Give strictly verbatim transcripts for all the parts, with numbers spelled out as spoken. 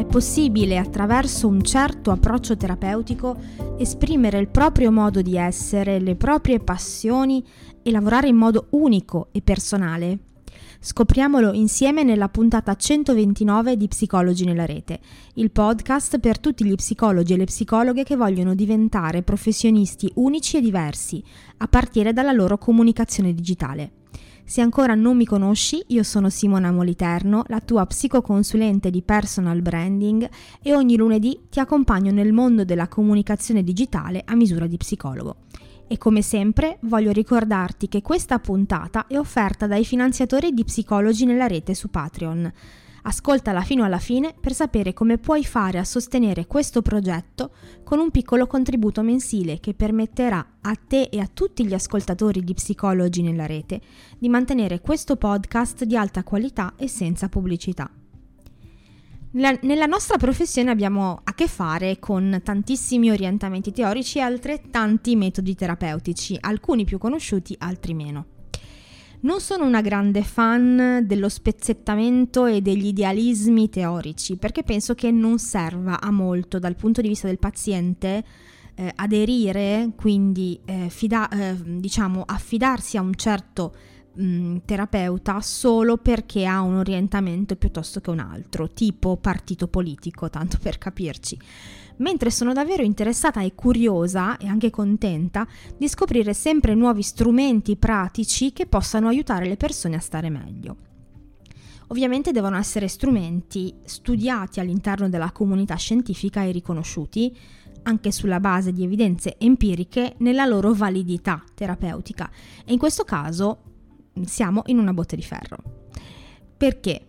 possibile, attraverso un certo approccio terapeutico, esprimere il proprio modo di essere, le proprie passioni e lavorare in modo unico e personale? Scopriamolo insieme nella puntata centoventinove di Psicologi nella Rete, il podcast per tutti gli psicologi e le psicologhe che vogliono diventare professionisti unici e diversi, a partire dalla loro comunicazione digitale. Se ancora non mi conosci, io sono Simona Moliterno, la tua psicoconsulente di personal branding, e ogni lunedì ti accompagno nel mondo della comunicazione digitale a misura di psicologo. E come sempre voglio ricordarti che questa puntata è offerta dai finanziatori di Psicologi nella Rete su Patreon. Ascoltala fino alla fine per sapere come puoi fare a sostenere questo progetto con un piccolo contributo mensile che permetterà a te e a tutti gli ascoltatori di Psicologi nella Rete di mantenere questo podcast di alta qualità e senza pubblicità. Nella nostra professione abbiamo a che fare con tantissimi orientamenti teorici e altrettanti metodi terapeutici, alcuni più conosciuti, altri meno. Non sono una grande fan dello spezzettamento e degli idealismi teorici, perché penso che non serva a molto dal punto di vista del paziente eh, aderire, quindi eh, fida- eh, diciamo affidarsi a un certo mh, terapeuta solo perché ha un orientamento piuttosto che un altro, tipo partito politico, tanto per capirci. Mentre sono davvero interessata e curiosa e anche contenta di scoprire sempre nuovi strumenti pratici che possano aiutare le persone a stare meglio. Ovviamente devono essere strumenti studiati all'interno della comunità scientifica e riconosciuti, anche sulla base di evidenze empiriche nella loro validità terapeutica. E in questo caso siamo in una botte di ferro. Perché?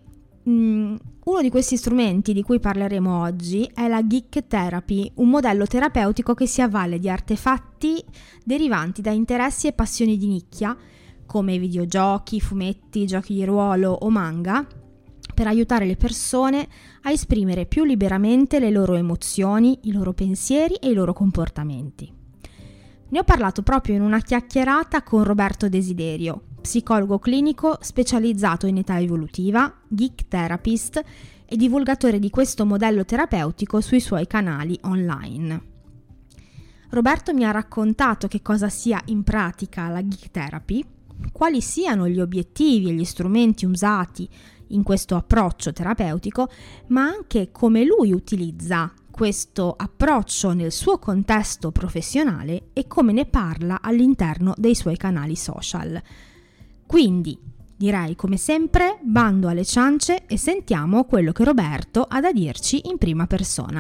Uno di questi strumenti di cui parleremo oggi è la Geek Therapy, un modello terapeutico che si avvale di artefatti derivanti da interessi e passioni di nicchia, come videogiochi, fumetti, giochi di ruolo o manga, per aiutare le persone a esprimere più liberamente le loro emozioni, i loro pensieri e i loro comportamenti. Ne ho parlato proprio in una chiacchierata con Roberto Desiderio, psicologo clinico specializzato in età evolutiva, geek therapist e divulgatore di questo modello terapeutico sui suoi canali online. Roberto mi ha raccontato che cosa sia in pratica la geek therapy, quali siano gli obiettivi e gli strumenti usati in questo approccio terapeutico, ma anche come lui utilizza questo approccio nel suo contesto professionale e come ne parla all'interno dei suoi canali social. Quindi, direi come sempre, bando alle ciance e sentiamo quello che Roberto ha da dirci in prima persona.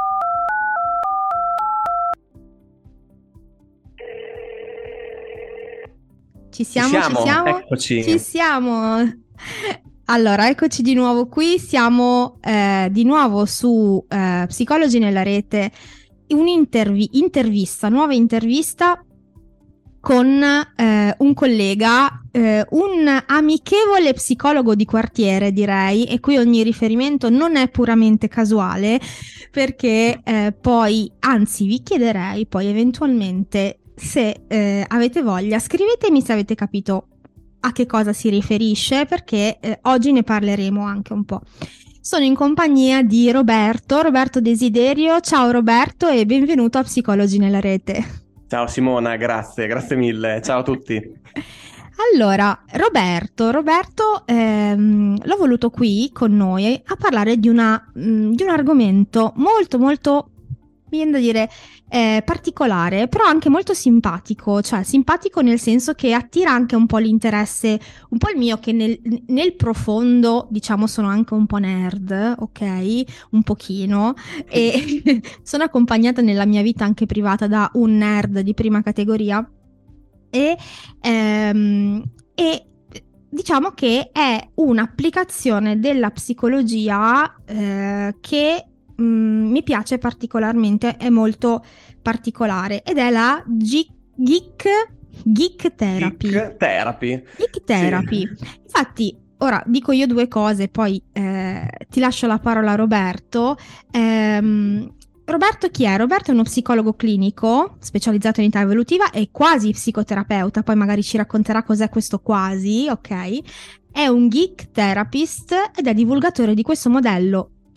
Ci siamo, ci siamo, ci siamo? Eccoci. Ci siamo. Allora, eccoci di nuovo qui, siamo eh, di nuovo su eh, Psicologi nella Rete, un'intervista, nuova intervista con eh, un collega, eh, un amichevole psicologo di quartiere, direi, e qui ogni riferimento non è puramente casuale, perché eh, poi, anzi vi chiederei poi eventualmente, se eh, avete voglia, scrivetemi se avete capito a che cosa si riferisce, perché eh, oggi ne parleremo anche un po'. Sono in compagnia di Roberto, Roberto Desiderio. Ciao Roberto e benvenuto a Psicologi nella Rete. Ciao Simona, grazie, grazie mille. Ciao a tutti. Allora, Roberto, Roberto ehm, l'ho voluto qui con noi a parlare di, una, mh, di un argomento molto molto, mi viene da dire, eh, particolare, però anche molto simpatico, cioè simpatico nel senso che attira anche un po' l'interesse, un po' il mio, che nel, nel profondo, diciamo, sono anche un po' nerd, ok? Un pochino, e sono accompagnata nella mia vita anche privata da un nerd di prima categoria, e, ehm, e diciamo che è un'applicazione della psicologia eh, che mi piace particolarmente, è molto particolare, ed è la Geek, geek, geek Therapy. Geek Therapy. Geek Therapy. Sì. Infatti, ora dico io due cose, poi eh, ti lascio la parola a Roberto. Ehm, Roberto chi è? Roberto è uno psicologo clinico specializzato in età evolutiva e quasi psicoterapeuta, poi magari ci racconterà cos'è questo quasi, ok? È un geek therapist ed è divulgatore di questo modello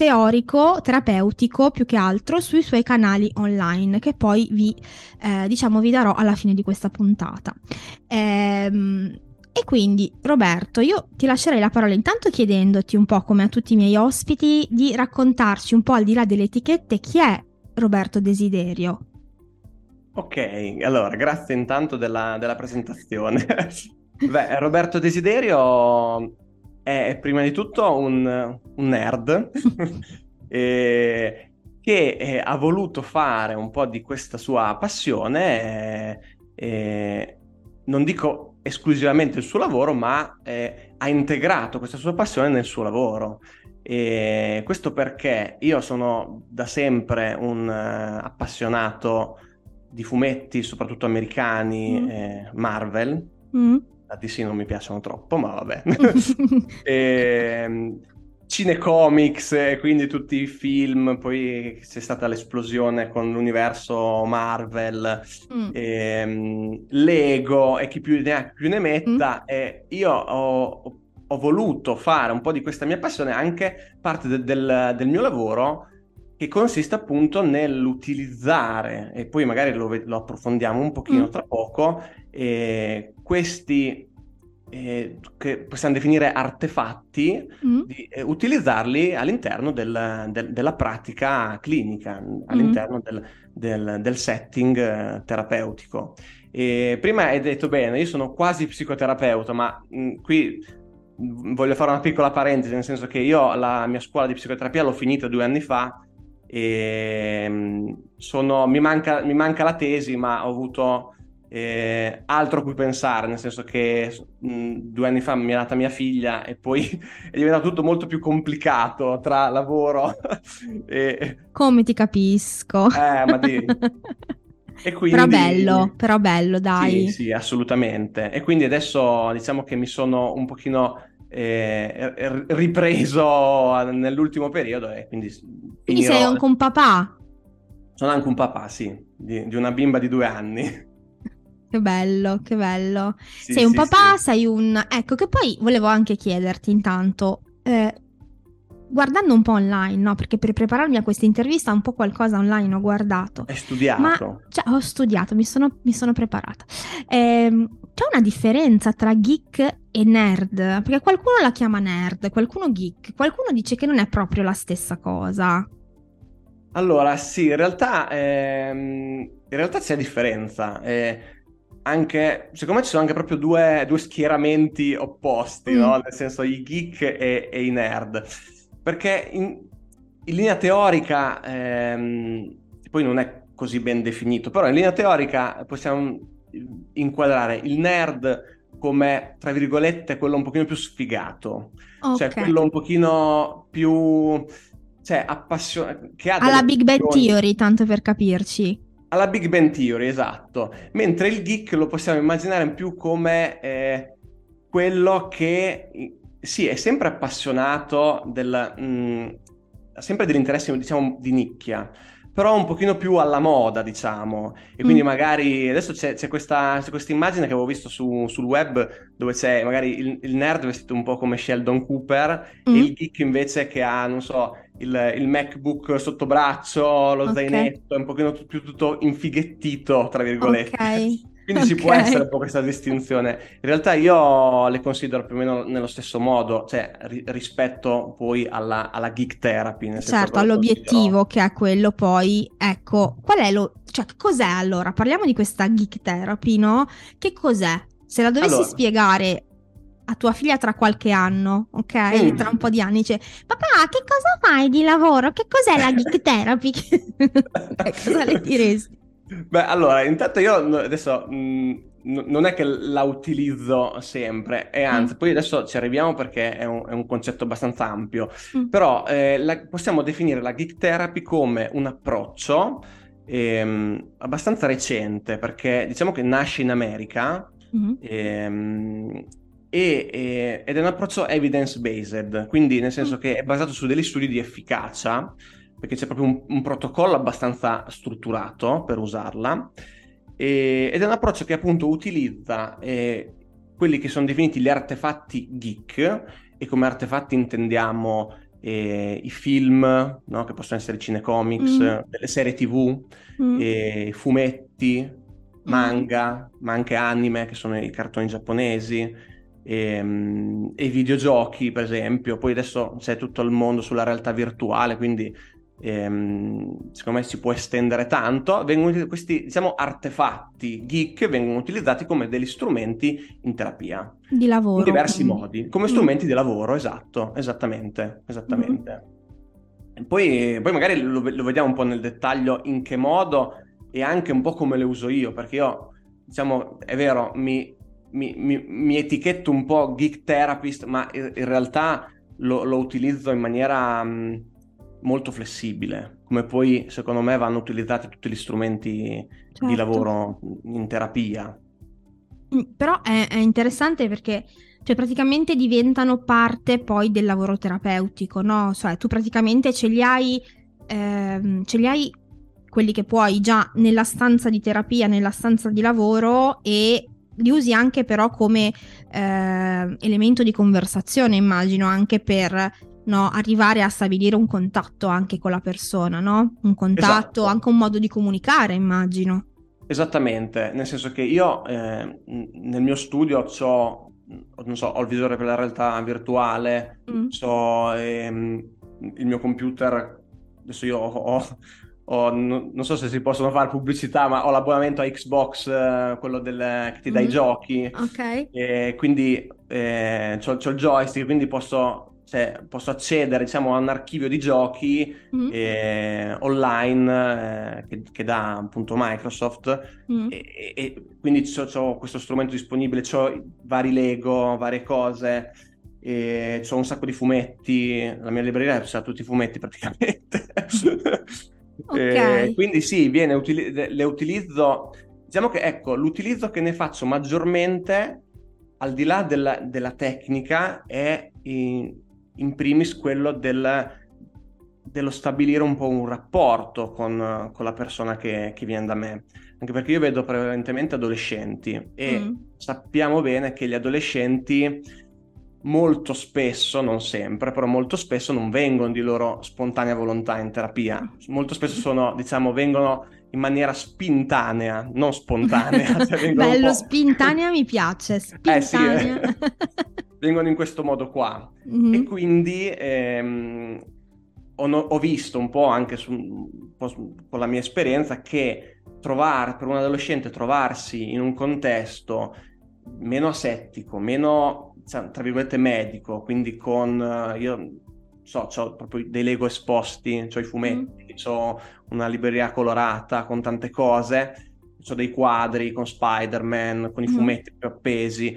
teorico, terapeutico più che altro sui suoi canali online, che poi vi, eh, diciamo, vi darò alla fine di questa puntata. Ehm, e quindi, Roberto, io ti lascerei la parola intanto chiedendoti un po', come a tutti i miei ospiti, di raccontarci un po', al di là delle etichette, chi è Roberto Desiderio. Ok, allora, grazie intanto della, della presentazione. Beh, Roberto Desiderio è prima di tutto un, un nerd eh, che eh, ha voluto fare un po' di questa sua passione, eh, eh, non dico esclusivamente il suo lavoro, ma eh, ha integrato questa sua passione nel suo lavoro. E questo perché io sono da sempre un eh, appassionato di fumetti, soprattutto americani, Mm. eh, Marvel. Mm. A D C non mi piacciono troppo, ma vabbè. e, cinecomics, e quindi tutti i film, poi c'è stata l'esplosione con l'universo Marvel, Mm. e, Lego e chi più ne ha più ne metta. Mm. E io ho, ho voluto fare un po' di questa mia passione anche parte de- del, del mio lavoro, che consiste appunto nell'utilizzare, e poi magari lo, lo approfondiamo un pochino Mm. tra poco, eh, questi eh, che possiamo definire artefatti, Mm. di eh, utilizzarli all'interno del- del- della pratica clinica, all'interno del, del- del setting eh, terapeutico. E prima hai detto bene, io sono quasi psicoterapeuta, ma mh, qui mh, voglio fare una piccola parentesi, nel senso che io la mia scuola di psicoterapia l'ho finita due anni fa e mh, sono, mi manca, mi manca la tesi, ma ho avuto eh, altro a cui pensare, nel senso che mh, due anni fa mi è nata mia figlia e poi è diventato tutto molto più complicato tra lavoro e... Come ti capisco. Eh, ma di... E Però quindi... bello, però bello, Sì, dai. sì, assolutamente. E quindi adesso diciamo che mi sono un pochino eh, r- ripreso nell'ultimo periodo e quindi Quindi sei finirò. anche un papà. Sono anche un papà, sì, di, di una bimba di due anni. Che bello, che bello. Sì, Sei un sì, papà, sì. sei un... Ecco, che poi volevo anche chiederti intanto, eh, guardando un po' online, no? Perché per prepararmi a questa intervista un po' qualcosa online ho guardato, Hai ma studiato? cioè, ho studiato, mi sono, mi sono preparata. Ehm, c'è una differenza tra geek e nerd? Perché qualcuno la chiama nerd, qualcuno geek, qualcuno dice che non è proprio la stessa cosa. Allora, sì, in realtà, ehm, in realtà c'è differenza. Eh, anche, secondo me ci sono anche proprio due, due schieramenti opposti, Mm. no? Nel senso i geek e, e i nerd. Perché in, in linea teorica, ehm, poi non è così ben definito, però in linea teorica possiamo inquadrare il nerd come, tra virgolette, quello un pochino più sfigato, cioè Ok. quello un pochino più, cioè, appassionato, che ha Alla delle Big Bang passioni. Theory, tanto per capirci. Alla Big Bang Theory, esatto. Mentre il geek lo possiamo immaginare più come eh, quello che, sì, è sempre appassionato del, mh, ha sempre degli interessi, diciamo, di nicchia, però un pochino più alla moda, diciamo. E quindi Mm. magari adesso c'è, c'è questa, c'è questa immagine che avevo visto su- sul web dove c'è magari il, il nerd vestito un po' come Sheldon Cooper e Mm. il geek invece che ha, non so, il, il MacBook sotto braccio, lo Ok, zainetto, è un pochino più tutto infighettito, tra ok, virgolette. Quindi ci ok. può essere un po' questa distinzione. In realtà io le considero più o meno nello stesso modo, cioè ri- rispetto poi alla, alla geek therapy, nel senso che Certo, lo considero... all'obiettivo che è quello poi, ecco, qual è lo, cioè che cos'è allora? Parliamo di questa geek therapy, no? Che cos'è? Se la dovessi Allora, spiegare a tua figlia tra qualche anno, ok? Tra un po' mm. di anni, dice, papà, che cosa fai di lavoro? Che cos'è la geek therapy? Ok, cosa le diresti? Beh, allora, intanto io no- adesso mh, n- non è che la utilizzo sempre, e Mm, anzi, poi adesso ci arriviamo perché è un, è un concetto abbastanza ampio, mm, però eh, la- possiamo definire la geek therapy come un approccio ehm, abbastanza recente, perché diciamo che nasce in America mm, ehm, e- e- ed è un approccio evidence-based, quindi nel mm, senso che è basato su degli studi di efficacia perché c'è proprio un, un protocollo abbastanza strutturato per usarla, e- ed è un approccio che appunto utilizza eh, quelli che sono definiti gli artefatti geek, e come artefatti intendiamo e i film, no? Che possono essere cinecomics, Mm. delle serie tivù, Mm. e fumetti, Mm. manga, ma anche anime, che sono i cartoni giapponesi, e, mm, e i videogiochi, per esempio. Poi adesso c'è tutto il mondo sulla realtà virtuale, quindi ehm, secondo me si può estendere tanto. Vengono, questi, diciamo, artefatti geek vengono utilizzati come degli strumenti in terapia, Di in lavoro, diversi quindi. modi, come Mm. strumenti di lavoro, esatto, esattamente, Mm. esattamente. E Poi, poi magari lo, lo vediamo un po' nel dettaglio in che modo e anche un po' come le uso io, perché io, diciamo, è vero, mi, mi- mi- mi etichetto un po' geek therapist, ma in, in realtà lo, lo utilizzo in maniera mh, molto flessibile, come poi secondo me vanno utilizzati tutti gli strumenti di Certo. lavoro in terapia. Mm, Però è, è interessante perché cioè, praticamente diventano parte poi del lavoro terapeutico, no? Cioè tu praticamente ce li hai, ehm, ce li hai quelli che puoi già nella stanza di terapia, nella stanza di lavoro e li usi anche però come eh, elemento di conversazione, immagino, anche per no, arrivare a stabilire un contatto anche con la persona, no? Un contatto, Esatto. anche un modo di comunicare, immagino. Esattamente, nel senso che io eh, n- nel mio studio c'ho, non so, ho il visore per la realtà virtuale, Mm. c'ho ehm, il mio computer, adesso io ho, ho- ho- non non so se si possono fare pubblicità, ma ho l'abbonamento a Xbox, eh, quello del- che ti dà i Mm. giochi, Ok. e quindi eh, c'ho, c'ho il joystick, quindi posso, cioè, posso accedere, diciamo, a un archivio di giochi Mm. eh, online eh, che, che dà appunto Microsoft, Mm. e, e quindi ho questo strumento disponibile, ho vari Lego, varie cose, e c'ho un sacco di fumetti, la mia libreria c'ha tutti i fumetti praticamente. Ok. E quindi sì, viene utili- le utilizzo, diciamo che ecco, l'utilizzo che ne faccio maggiormente, al di là della, della tecnica, è in, in primis quello del, dello stabilire un po' un rapporto con, con la persona che, che viene da me. Anche perché io vedo prevalentemente adolescenti e Mm. sappiamo bene che gli adolescenti molto spesso, non sempre, però molto spesso non vengono di loro spontanea volontà in terapia. Molto spesso sono, diciamo, vengono in maniera spintanea, non spontanea, cioè vengono un Bello, po'... spintanea mi piace, Eh sì, eh. spintanea. Vengono in questo modo qua. E Mhm. quindi ehm, ho, no- ho visto un po' anche su, un po' su- con la mia esperienza che trovare, per un adolescente trovarsi in un contesto meno asettico, meno, cioè, tra virgolette, medico, quindi con, eh, io so, c'ho proprio dei Lego esposti, c'ho i Mm. fumetti, c'ho una libreria colorata con tante cose, c'ho dei quadri con Spider-Man, con i Mhm. fumetti più appesi.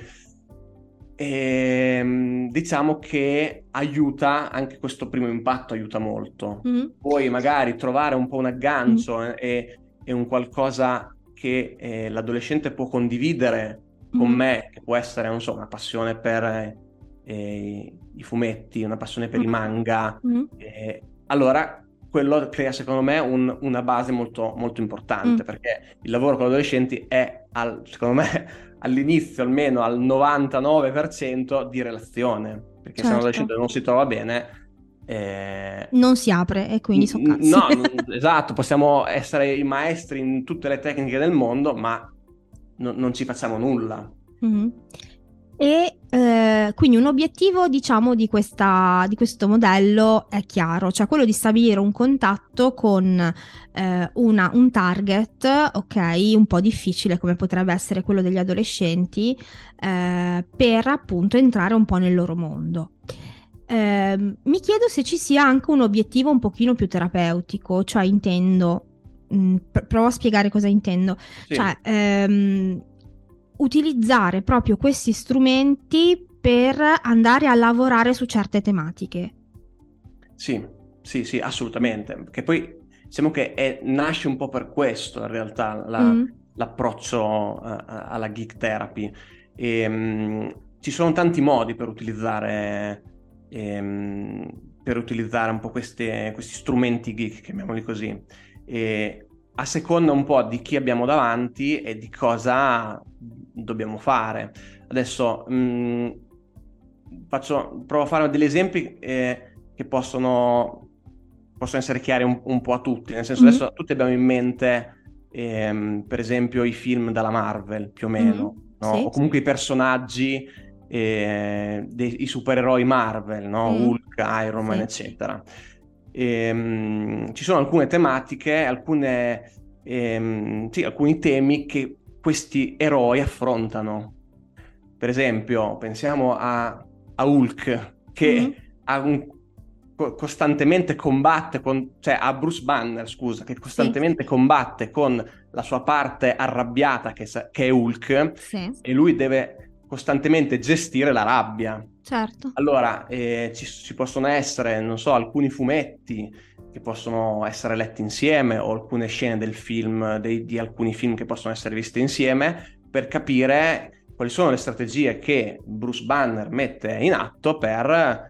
E, mm, diciamo che aiuta, anche questo primo impatto aiuta molto. Mhm. Poi magari trovare un po' un Mhm. aggancio e, e un qualcosa che eh, l'adolescente può condividere con Mhm. me, che può essere, non so, una passione per eh, i fumetti, una passione per i Mhm. manga, Mhm. eh, allora quello crea secondo me un- una base molto, molto importante, Mm. perché il lavoro con gli adolescenti è, al- secondo me, all'inizio almeno al novantanove per cento di relazione, perché se un Certo. adolescente non si trova bene, eh, Non si apre e quindi so n- cazzi. no, n- esatto, possiamo essere i maestri in tutte le tecniche del mondo, ma no- non ci facciamo nulla. Mhm. E eh, quindi un obiettivo, diciamo, di questa, di questo modello è chiaro, cioè quello di stabilire un contatto con eh, una- un target, ok, un po' difficile come potrebbe essere quello degli adolescenti, eh, per appunto entrare un po' nel loro mondo. Ehm, mi chiedo se ci sia anche un obiettivo un pochino più terapeutico, cioè intendo, mh, pr- provo a spiegare cosa intendo. Sì, Cioè, ehm, utilizzare proprio questi strumenti per andare a lavorare su certe tematiche. sì, sì, sì, assolutamente. Che poi diciamo che è- nasce un po' per questo in realtà la- Mm. l'approccio eh, alla geek therapy. E, mh, ci sono tanti modi per utilizzare, ehm, per utilizzare un po' queste- questi strumenti geek, chiamiamoli così. E a seconda un po' di chi abbiamo davanti e di cosa dobbiamo fare. Adesso mh, faccio, provo a fare degli esempi. eh, che possono, possono essere chiari un, un po' a tutti, nel senso Mhm. adesso tutti abbiamo in mente ehm, per esempio i film della Marvel, più o meno, Mhm. no? Sì. O comunque i personaggi, eh, dei i supereroi Marvel, no? Mm. Hulk, Iron Man, Sì. eccetera. Ehm, ci sono alcune tematiche, alcune, ehm, sì, alcuni temi che questi eroi affrontano. Per esempio, pensiamo a, a Hulk, Mhm. che ha un- co- costantemente combatte con, cioè a Bruce Banner, scusa, che Sì. costantemente combatte con la sua parte arrabbiata che, sa- che è Hulk, Sì. e lui deve costantemente gestire la rabbia. Certo. Allora, eh, ci, ci possono essere, non so, alcuni fumetti che possono essere letti insieme o alcune scene del film, dei- di alcuni film che possono essere viste insieme per capire quali sono le strategie che Bruce Banner mette in atto per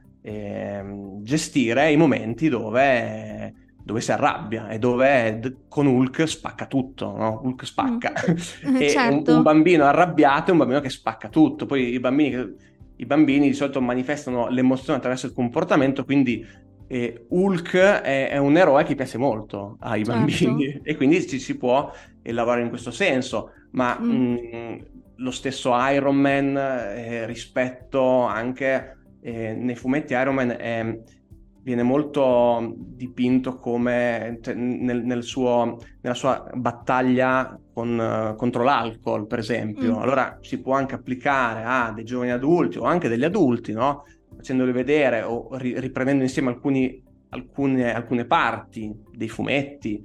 ehm, gestire i momenti dove, dove si arrabbia e dove d- con Hulk spacca tutto, no? Hulk Mm. spacca. Eh, E un, un certo. bambino arrabbiato è un bambino che spacca tutto. Poi i bambini, che- i bambini di solito manifestano l'emozione attraverso il comportamento, quindi eh, Hulk è, è un eroe che piace molto ai Certo. bambini e quindi ci si può eh, lavorare in questo senso. Ma Mm. mh, lo stesso Iron Man, eh, rispetto anche eh, nei fumetti, Iron Man è- viene molto dipinto come cioè, nel, nel suo, nella sua battaglia con, eh, contro l'alcol, per esempio. Mm. Allora si può anche applicare a dei giovani adulti o anche degli adulti, no? Facendoli vedere o ri- riprendendo insieme alcuni, alcune, alcune parti dei fumetti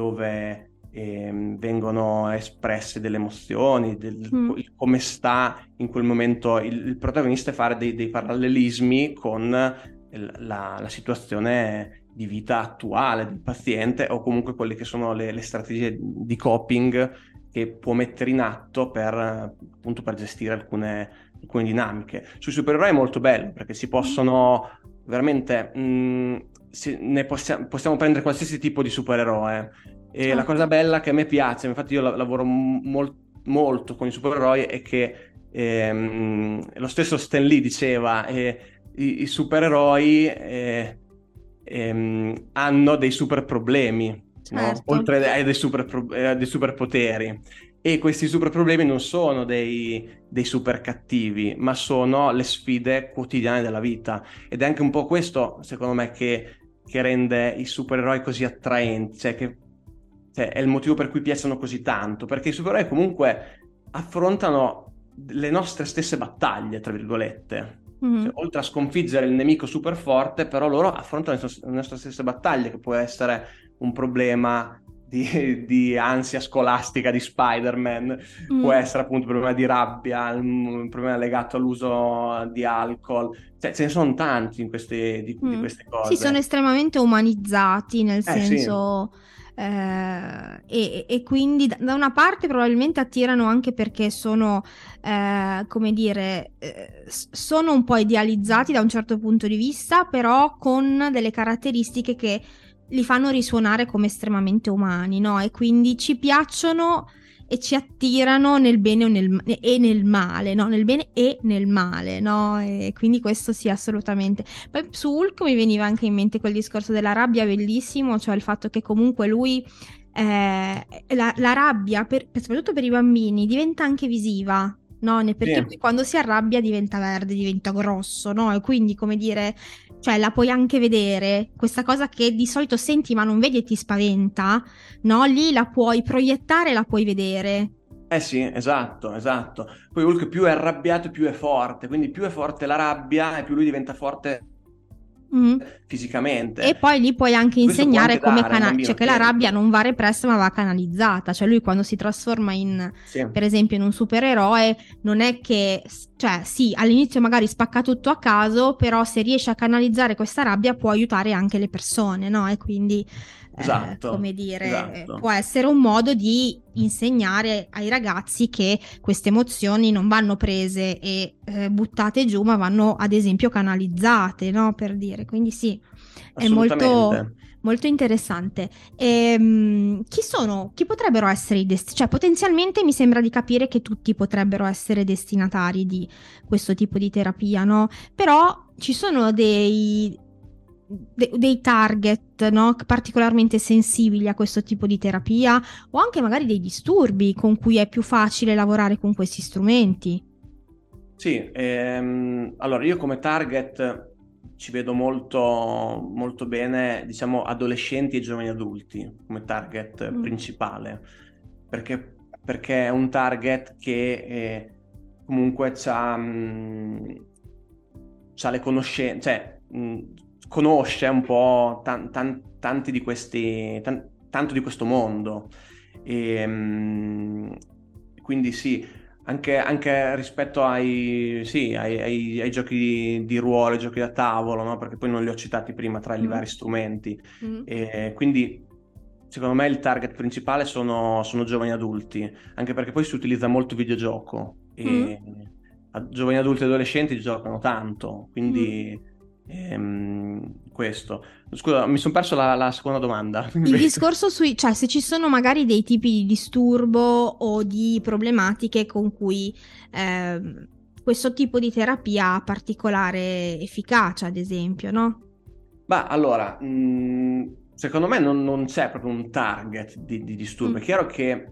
dove ehm, vengono espresse delle emozioni, del, Mm. il- come sta in quel momento il, il protagonista, e fare dei, dei parallelismi con il- la, la situazione di vita attuale del paziente o comunque quelle che sono le, le strategie di coping che può mettere in atto per, appunto, per gestire alcune, alcune dinamiche. Sui supereroi è molto bello perché si Mm. possono veramente, mh, si- ne possia- possiamo prendere qualsiasi tipo di supereroe. E la cosa Certo. bella che a me piace, infatti io la- lavoro m- mol- molto con i supereroi, è che ehm, lo stesso Stan Lee diceva, eh, i, i supereroi eh, ehm, hanno dei super problemi, no? Certo. Oltre ai dei super, pro- eh, dei superpoteri. E questi super problemi non sono dei, dei super cattivi, ma sono le sfide quotidiane della vita. Ed è anche un po' questo, secondo me, che, che rende i supereroi così attraenti, cioè che cioè, è il motivo per cui piacciono così tanto, perché i supereroi comunque affrontano le nostre stesse battaglie, tra virgolette. Cioè, Mm. oltre a sconfiggere il nemico super forte, però loro affrontano le, nostre le nostre stesse battaglie, che può essere un problema di, di ansia scolastica di Spider-Man, può Mm. essere appunto un problema di rabbia, un problema legato all'uso di alcol. Cioè, ce ne sono tanti in queste, di, di Mm. queste Sì, sono cose. estremamente umanizzati, nel Eh sì, senso, eh, e, e quindi da da una parte probabilmente attirano anche perché sono, eh, come dire, eh, s- sono un po' idealizzati da un certo punto di vista, però con delle caratteristiche che li fanno risuonare come estremamente umani, no? E quindi ci piacciono e ci attirano nel bene o nel, e nel male, no? Nel bene e nel male, no? E quindi questo sì, assolutamente. Poi su Hulk mi veniva anche in mente quel discorso della rabbia bellissimo, cioè il fatto che comunque lui, eh, la, la rabbia, per- soprattutto per i bambini, diventa anche visiva. No, ne- perché sì, poi quando si arrabbia diventa verde, diventa grosso, no? E quindi, come dire, cioè la puoi anche vedere, questa cosa che di solito senti ma non vedi e ti spaventa, no? Lì la puoi proiettare, la puoi vedere. eh sì, esatto, esatto. Poi Hulk più è arrabbiato, più è forte, quindi più è forte la rabbia e più lui diventa forte Mm. E fisicamente. poi lì puoi anche Questo può insegnare anche come dare a un cana- cioè bambino che la rabbia che... non va repressa ma va canalizzata, cioè lui quando si trasforma in, Sì, per esempio, in un supereroe, non è che, cioè sì, all'inizio magari spacca tutto a caso, però se riesce a canalizzare questa rabbia può aiutare anche le persone, no? E quindi, eh, come esatto, dire, eh, esatto. può essere un modo di insegnare ai ragazzi che queste emozioni non vanno prese e eh, buttate giù, ma vanno ad esempio canalizzate, no? Per dire, quindi sì. È molto, Assolutamente. molto interessante. Ehm, chi sono, chi potrebbero essere i destinatari? Cioè, potenzialmente mi sembra di capire che tutti potrebbero essere destinatari di questo tipo di terapia, no? Però ci sono dei, de- dei target, no, particolarmente sensibili a questo tipo di terapia o anche magari dei disturbi con cui è più facile lavorare con questi strumenti. Sì, ehm, allora io come target ci vedo molto, molto bene, diciamo, adolescenti e giovani adulti come target Mm. principale, perché, perché è un target che eh, comunque c'ha, mh, c'ha le conoscenze, cioè mh, conosce un po' tan- tan- tanti di questi, tan- tanto di questo mondo. E, mh, quindi sì, anche, anche rispetto ai, sì, ai, ai- ai giochi di, di ruolo, ai giochi da tavolo, no? Perché poi non li ho citati prima tra i Mm. vari strumenti. Mm. E quindi secondo me il target principale sono, sono giovani adulti, anche perché poi si utilizza molto videogioco Mm. e a- giovani adulti e adolescenti giocano tanto, Mm. quindi ehm, questo. Scusa, mi sono perso la, la seconda domanda. Il discorso sui, cioè se ci sono magari dei tipi di disturbo o di problematiche con cui ehm, questo tipo di terapia ha particolare efficacia, ad esempio, no? Ma allora, mh, secondo me non, non c'è proprio un target di, di disturbo. È Mm. chiaro che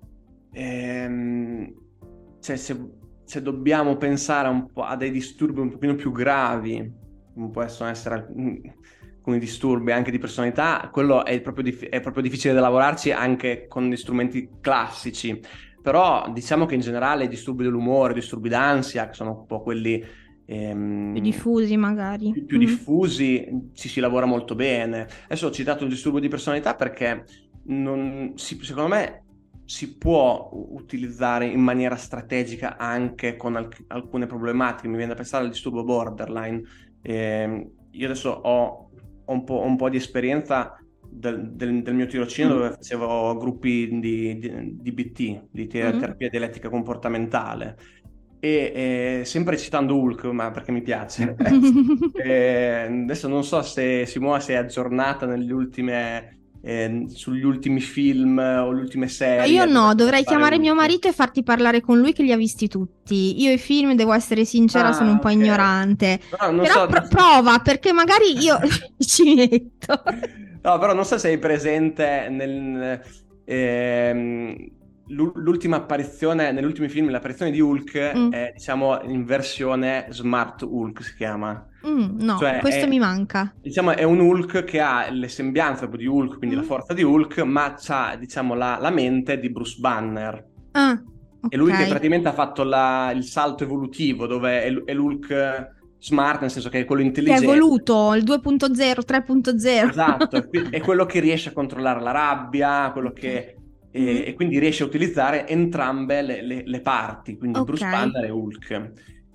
ehm, cioè, se, se dobbiamo pensare un po' a dei disturbi un pochino più gravi, come possono essere alcuni, alcuni disturbi anche di personalità, quello è proprio, dif- è proprio difficile da lavorarci anche con gli strumenti classici. Però diciamo che in generale i disturbi dell'umore, i disturbi d'ansia, che sono un po' quelli Più ehm, diffusi magari. più, più Mm. diffusi, ci si lavora molto bene. Adesso ho citato il disturbo di personalità perché non si- secondo me si può u- utilizzare in maniera strategica anche con alc- alcune problematiche. Mi viene da pensare al disturbo borderline. Ehm, io adesso ho, ho un po', ho un po' di esperienza del, del- del mio tirocinio Mm. dove facevo gruppi di, di, di B T, di te- Mm. terapia dialettica comportamentale. E eh, sempre citando Hulk, ma perché mi piace. Eh, adesso non so se Simona si è aggiornata nelle ultime, eh, sugli ultimi film o le ultime No, serie io dove no, dovrei fare chiamare mio Hulk. marito e farti parlare con lui che li ha visti tutti. Io i film, devo essere sincera, sono un Ah, po' ok. ignorante. No, non Però so. pro- prova, perché magari io ci metto. No, però non so se sei presente nel, ehm, l'u- l'ultima apparizione, negli ultimi film, l'apparizione di Hulk Mm, è, diciamo, in versione Smart Hulk, si chiama. mm, no, Cioè questo mi è, manca. diciamo, è un Hulk che ha le sembianze proprio di Hulk, quindi la Mm. forza di Hulk, ma ha, diciamo, la, la mente di Bruce Banner. Ah, È lui che ok. praticamente ha fatto la- il salto evolutivo, dove è, l- è l'Hulk smart, nel senso che è quello Che è intelligente. evoluto, il due punto zero, tre punto zero. Esatto, è, qui- è quello che riesce a controllare la rabbia, quello Ok. che, Mm, e, e quindi riesce a utilizzare entrambe le, le- le parti, quindi ok. Bruce Banner e Hulk.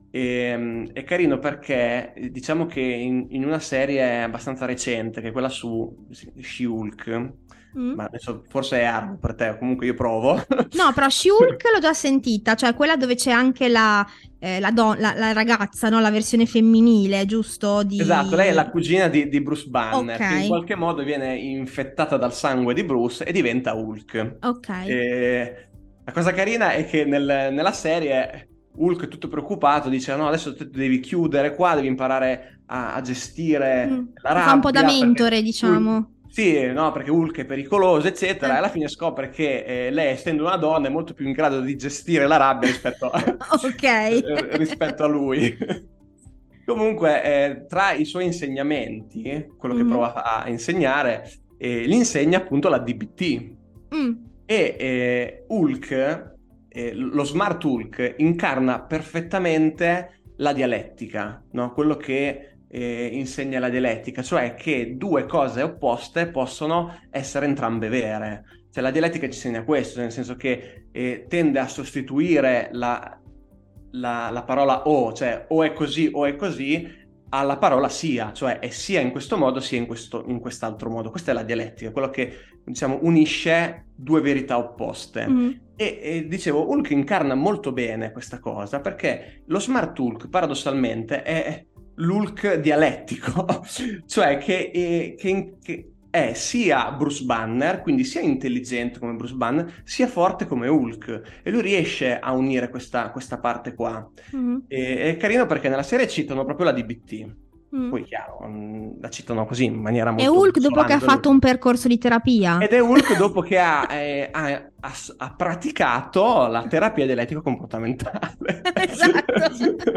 E, è carino perché eh, diciamo che in, in una serie abbastanza recente, che è quella su She-Hulk, Mm. ma adesso forse è arabo per te, comunque io provo. No, però She-Hulk l'ho già sentita, cioè quella dove c'è anche la, eh, la, don- la- la ragazza, no? La versione femminile, giusto? Esatto, lei è la Di... cugina di, di Bruce Ok, Banner, che in qualche modo viene infettata dal sangue di Bruce e diventa Hulk. ok. E la cosa carina è che nel- nella serie Hulk è tutto preoccupato, dice no, adesso tu devi chiudere qua, devi imparare a, a Mm. gestire la Fa un po' da rabbia, mentore, perché Hulk, diciamo. sì, no, perché Hulk è pericoloso, eccetera, Eh. e alla fine scopre che eh, lei, essendo una donna, è molto più in grado di gestire la rabbia rispetto a, Ok. rispetto a lui. Comunque, eh, tra i suoi insegnamenti, quello che Mhm. prova a insegnare, eh, gli insegna appunto la D B T. Mm. E eh, Hulk, eh, lo Smart Hulk, incarna perfettamente la dialettica, no? Quello che eh, insegna la dialettica, cioè che due cose opposte possono essere entrambe vere. Cioè la dialettica ci insegna questo, nel senso che eh, tende a sostituire la, la, la parola o, cioè o è così o è così, alla parola sia, cioè è sia in questo modo sia in questo, in quest'altro modo. Questa è la dialettica, quello che diciamo unisce due verità opposte. Mm. E, e dicevo, Hulk incarna molto bene questa cosa perché lo Smart Hulk paradossalmente è l'Hulk dialettico, cioè che, è, che, che è sia Bruce Banner, quindi sia intelligente come Bruce Banner, sia forte come Hulk, e lui riesce a unire questa, questa parte qua. Mm. E, è carino perché nella serie citano proprio la D B T. Mm. Poi chiaro, mh, la citano così in maniera E molto Hulk dopo che ha grossolana. fatto un percorso di terapia. Ed è Hulk dopo che ha, eh, ha- ha- ha praticato la terapia dialettico comportamentale. Esatto.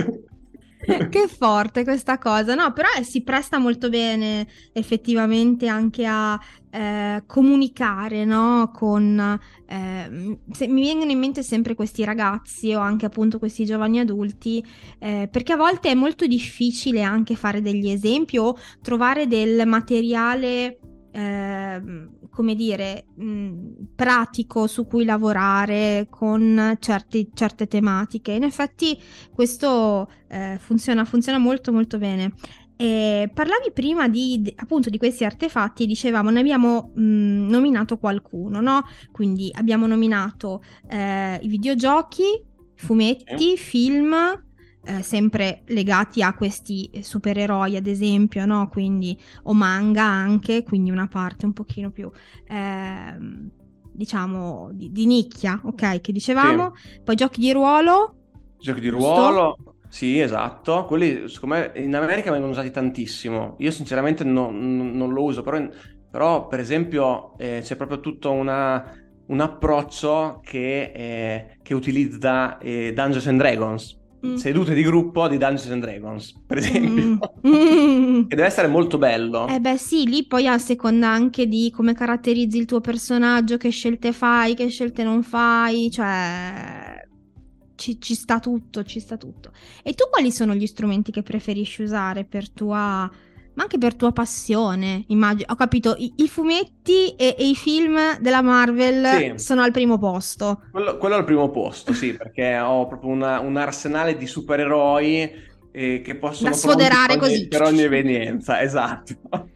Che forte questa cosa, no? Però eh, si presta molto bene effettivamente anche a eh, comunicare, no? Con ehm, se- mi vengono in mente sempre questi ragazzi o anche appunto questi giovani adulti, eh, perché a volte è molto difficile anche fare degli esempi o trovare del materiale, ehm, come dire, mh, pratico su cui lavorare con certi- certe tematiche. In effetti questo eh, funziona, funziona molto molto bene. E parlavi prima di, di- appunto di questi artefatti e dicevamo, ne abbiamo mh, nominato qualcuno, no? Quindi abbiamo nominato eh, i videogiochi, Sì, fumetti, film, eh, sempre legati a questi eh, supereroi, ad esempio, no? Quindi, o manga anche, quindi una parte un pochino più, ehm, diciamo, di, di nicchia, ok? Che sì. dicevamo. Poi giochi di ruolo, Giochi di giusto? ruolo, sì, esatto. Quelli, secondo me, in America vengono usati tantissimo. Io sinceramente no- non non lo uso, però, in- però, per esempio, eh, c'è proprio tutto una- un approccio che, eh, che utilizza eh, Dungeons and Dragons, Mm. sedute di gruppo di Dungeons and Dragons, per esempio, Mm. Mm. che deve essere molto Eh bello. beh sì, lì poi a seconda anche di come caratterizzi il tuo personaggio, che scelte fai, che scelte non fai, cioè ci, ci sta tutto, ci sta tutto. E tu quali sono gli strumenti che preferisci usare per tua, ma anche per tua passione? Immagino, ho capito, i, i fumetti e, e i film della Marvel Sì. sono al primo posto. Quello, quello è al primo posto, sì, perché ho proprio una- un arsenale di supereroi eh, che Da possono pronti per sfoderare ogni, così. per ogni evenienza, esatto.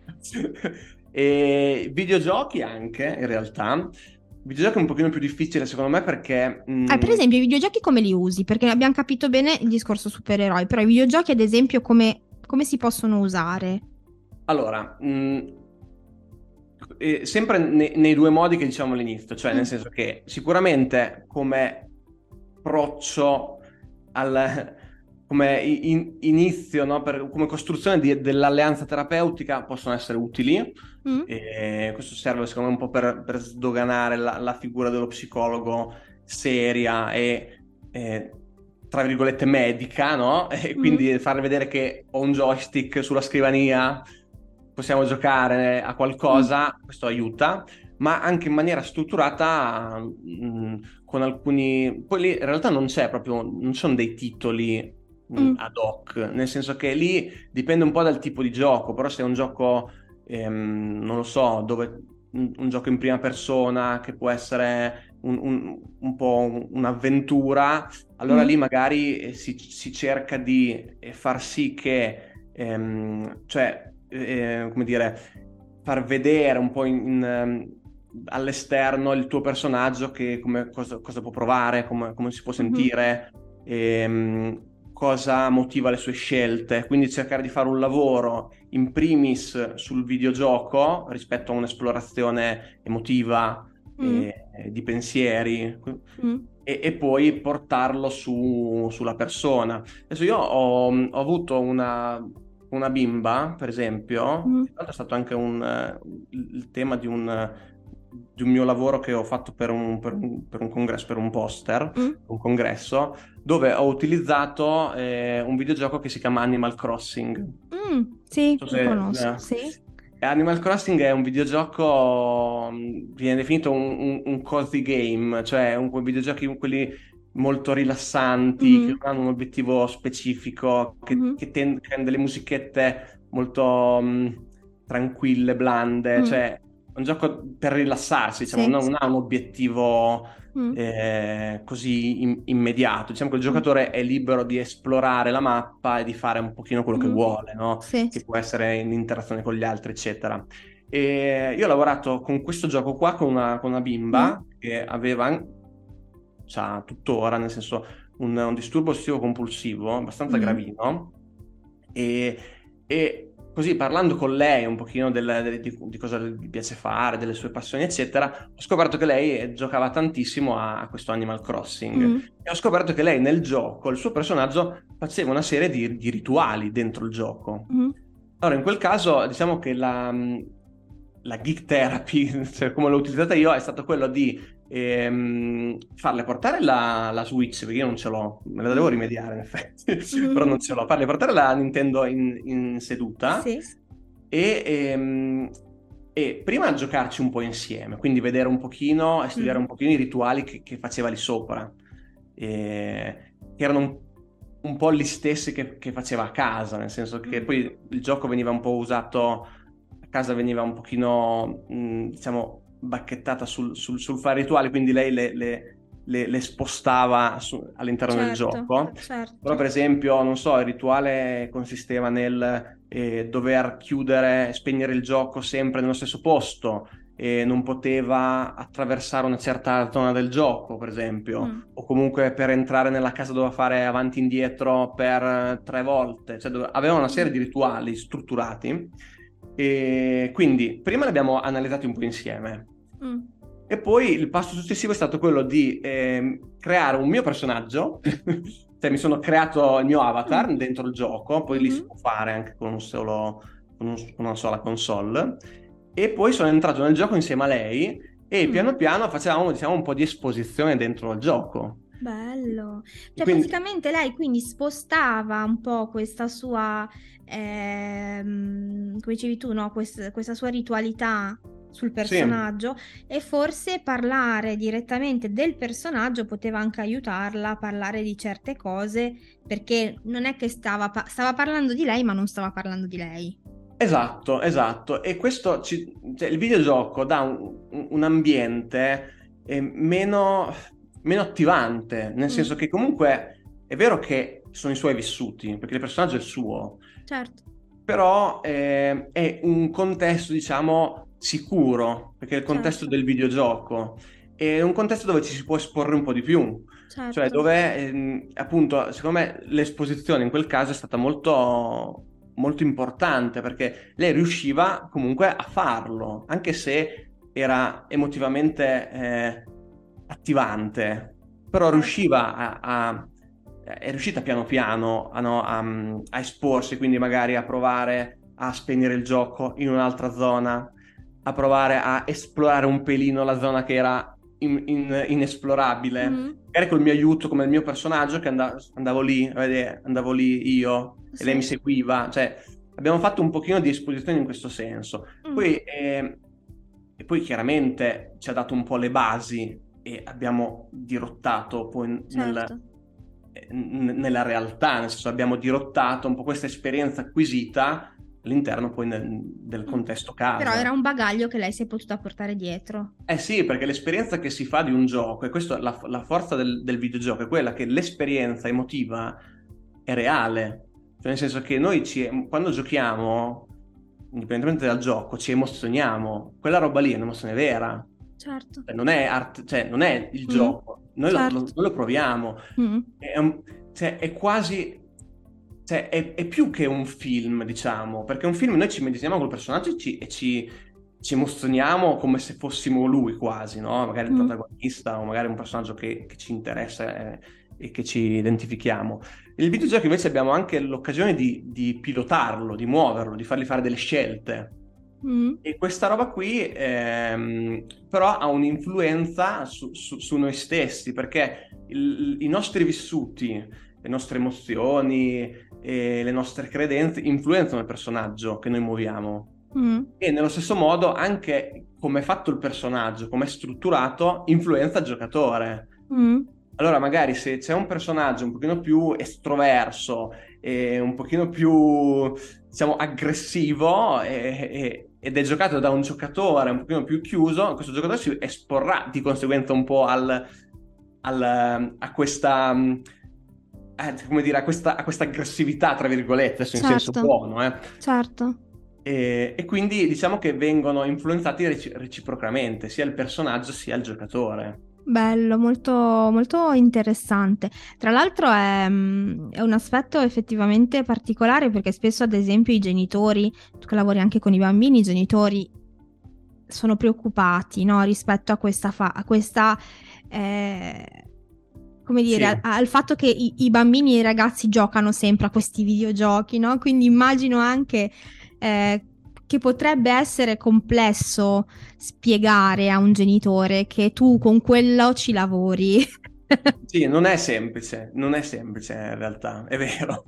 E videogiochi anche, in realtà. Videogiochi è un pochino più difficile secondo me perché... Eh, per mh, esempio, i videogiochi come li usi? Perché abbiamo capito bene il discorso supereroi, però i videogiochi, ad esempio, come, come si possono usare? allora, mh, eh, sempre ne- nei due modi che diciamo all'inizio, cioè nel Mm, senso che sicuramente come approccio al, come i- in- inizio, no, per- come costruzione di- dell'alleanza terapeutica possono essere utili. mm, E questo serve secondo me un po' per, per sdoganare la, la figura dello psicologo seria e, e, tra virgolette medica, no? E mm, quindi farle vedere che ho un joystick sulla scrivania, possiamo giocare a mm, qualcosa, questo aiuta, ma anche in maniera strutturata, mh, con alcuni... Poi lì in realtà non c'è proprio, non ci sono dei titoli mh, mm, ad hoc, nel senso che lì dipende un po' dal tipo di gioco, però se è un gioco, ehm, non lo so, dove un, un gioco in prima persona che può essere un, un- un po' un'avventura, allora mm, lì magari eh, si, si cerca di eh, far sì che, ehm, cioè, eh, come dire, far vedere un po' in, in, ehm, all'esterno il tuo personaggio che come, cosa, cosa può provare, come, come si può mhm, sentire, ehm, cosa motiva le sue scelte. Quindi cercare di fare un lavoro in primis sul videogioco rispetto a un'esplorazione emotiva mm, e, e di pensieri. mm, E, e poi portarlo su, sulla persona. Adesso io ho, ho avuto una, una bimba, per esempio, mm, che tra l'altro è stato anche un, eh, il tema di un, di un mio lavoro che ho fatto per un, per un- per un congresso, per un poster, mm, un congresso, dove ho utilizzato eh, un videogioco che si chiama Animal Crossing. mm. Sì, So lo se- conosco, eh, sì. Animal Crossing è un videogioco, mh, viene definito un, un, un cozy game, cioè un, quei videogiochi quelli molto rilassanti, che Mhm, non hanno un obiettivo specifico, che, mhm, che, ten- che hanno delle musichette molto mh, tranquille, blande, mm. cioè è un gioco per rilassarsi, diciamo, Sì. non, non ha un obiettivo Mm, eh, così im- immediato. Diciamo che il mm, giocatore è libero di esplorare la mappa e di fare un pochino quello che mhm. vuole, no? Sì. Che può essere in interazione con gli altri, eccetera. E io ho lavorato con questo gioco qua con una, con una Mm, bimba che aveva, c'ha tuttora, nel senso, un, un disturbo ossessivo compulsivo abbastanza mm, gravino e, e così parlando con lei un pochino del- del- di, di cosa gli piace fare, delle sue passioni, eccetera, ho scoperto che lei eh, giocava tantissimo a, a questo Animal Crossing mm, e ho scoperto che lei nel gioco, il suo personaggio, faceva una serie di, di rituali dentro il gioco. mm. Allora, in quel caso, diciamo che la, la geek therapy, cioè come l'ho utilizzata io, è stato quello di ehm, farle portare la, la Switch, perché io non ce l'ho, me la devo Mm. rimediare in effetti, però non ce l'ho. Farle portare la Nintendo in, in seduta Sì. e, ehm, e prima giocarci un po' insieme, quindi vedere un pochino e studiare Mm. un pochino i rituali che, che faceva lì sopra, e, che erano un, un po' gli stessi che, che faceva a casa, nel senso che Mm. poi il gioco veniva un po' usato, a casa veniva un pochino, mh, diciamo, bacchettata sul, sul- sul fare rituali, quindi lei le, le- le- le spostava su- all'interno del Certo, gioco. Però, certo. per esempio, non so, il rituale consisteva nel eh, dover chiudere, spegnere il gioco sempre nello stesso posto e non poteva attraversare una certa zona del gioco, per esempio, Mm. o comunque per entrare nella casa doveva fare avanti e indietro per eh, tre volte, cioè dove- aveva una serie Mm. di rituali strutturati e quindi prima li abbiamo analizzati un po' insieme. Mm. E poi il passo successivo è stato quello di ehm, creare un mio personaggio, cioè mi sono creato il mio avatar Mm. dentro il gioco, poi lì si Mhm. può fare anche con un solo, con un- con una sola console, e poi sono entrato nel gioco insieme a lei e Mm. piano piano facevamo, diciamo, un po' di esposizione dentro il gioco. Bello. E Cioè, quindi praticamente lei quindi spostava un po' questa sua, ehm, come dicevi tu, no? Quest- questa sua ritualità sul sì, personaggio e forse parlare direttamente del personaggio poteva anche aiutarla a parlare di certe cose, perché non è che stava, pa- stava parlando di lei, ma non stava parlando di lei. esatto, esatto. E questo ci- cioè, il videogioco dà un, un- un ambiente eh, meno, meno attivante, nel senso Mm. che comunque è vero che sono i suoi vissuti, perché il personaggio è suo, Certo. però eh, è un contesto, diciamo, sicuro, perché è il contesto Certo. del videogioco, è un contesto dove ci si può esporre un po' di più, cioè Certo. dove, ehm, appunto, secondo me l'esposizione in quel caso è stata molto, molto importante, perché lei riusciva comunque a farlo, anche se era emotivamente eh, attivante, però Certo. riusciva a, a- è riuscita piano piano a, no, a, a esporsi, quindi magari a provare a spegnere il gioco in un'altra zona, a provare a esplorare un pelino la zona che era in- in- inesplorabile, Mm. magari col mio aiuto, come il mio personaggio, che and- andavo lì, a vedere, andavo lì io e lei mi Sì. seguiva, cioè abbiamo fatto un pochino di esposizione in questo senso. Mm. Poi, eh, e poi chiaramente ci ha dato un po' le basi e abbiamo dirottato poi nel, Certo. n- nella realtà, nel senso abbiamo dirottato un po' questa esperienza acquisita all'interno poi nel- del Mm. contesto Però era casa. un bagaglio che lei si è potuta portare dietro. Eh sì, perché l'esperienza che si fa di un gioco, e questa è la, la forza del, del videogioco, è quella che l'esperienza emotiva è reale. Cioè nel senso che noi ci, quando giochiamo, indipendentemente dal gioco, ci emozioniamo. Quella roba lì è un'emozione vera. Certo. Cioè, non è art- cioè, non è il Mm. gioco, noi lo, lo- Certo. noi lo proviamo. Mm. È, un- cioè, è quasi, cioè, è, è più che un film, diciamo, perché un film noi ci medesiamo col personaggio e ci, e ci- ci emozioniamo come se fossimo lui quasi, no? Magari il Mm. protagonista o magari un personaggio che, che ci interessa eh, e che ci identifichiamo. Il videogioco invece abbiamo anche l'occasione di, di pilotarlo, di muoverlo, di fargli fare delle scelte. Mm. E questa roba qui ehm, però ha un'influenza su, su- su noi stessi, perché il- i nostri vissuti, le nostre emozioni e le nostre credenze influenzano il personaggio che noi muoviamo. Mm. E nello stesso modo anche come è fatto il personaggio, come è strutturato, influenza il giocatore. Mm. Allora, magari se c'è un personaggio un pochino più estroverso e un pochino più, diciamo, aggressivo e- e- ed è giocato da un giocatore un pochino più chiuso, questo giocatore si esporrà di conseguenza un po' al, al- a questa, eh, come dire, a questa, a questa aggressività, tra virgolette, adesso in senso Certo. buono, eh. Certo. E, e quindi diciamo che vengono influenzati reci- reciprocamente, sia il personaggio sia il giocatore. Bello, molto, molto interessante. Tra l'altro è, mm, è un aspetto effettivamente particolare perché spesso, ad esempio, i genitori, tu che lavori anche con i bambini, i genitori sono preoccupati, no, rispetto a questa, fa- a questa eh, come dire, Sì. al, al fatto che i, i bambini e i ragazzi giocano sempre a questi videogiochi, no? Quindi immagino anche eh, che potrebbe essere complesso spiegare a un genitore che tu con quello ci lavori. Sì, non è semplice, non è semplice in realtà, è vero.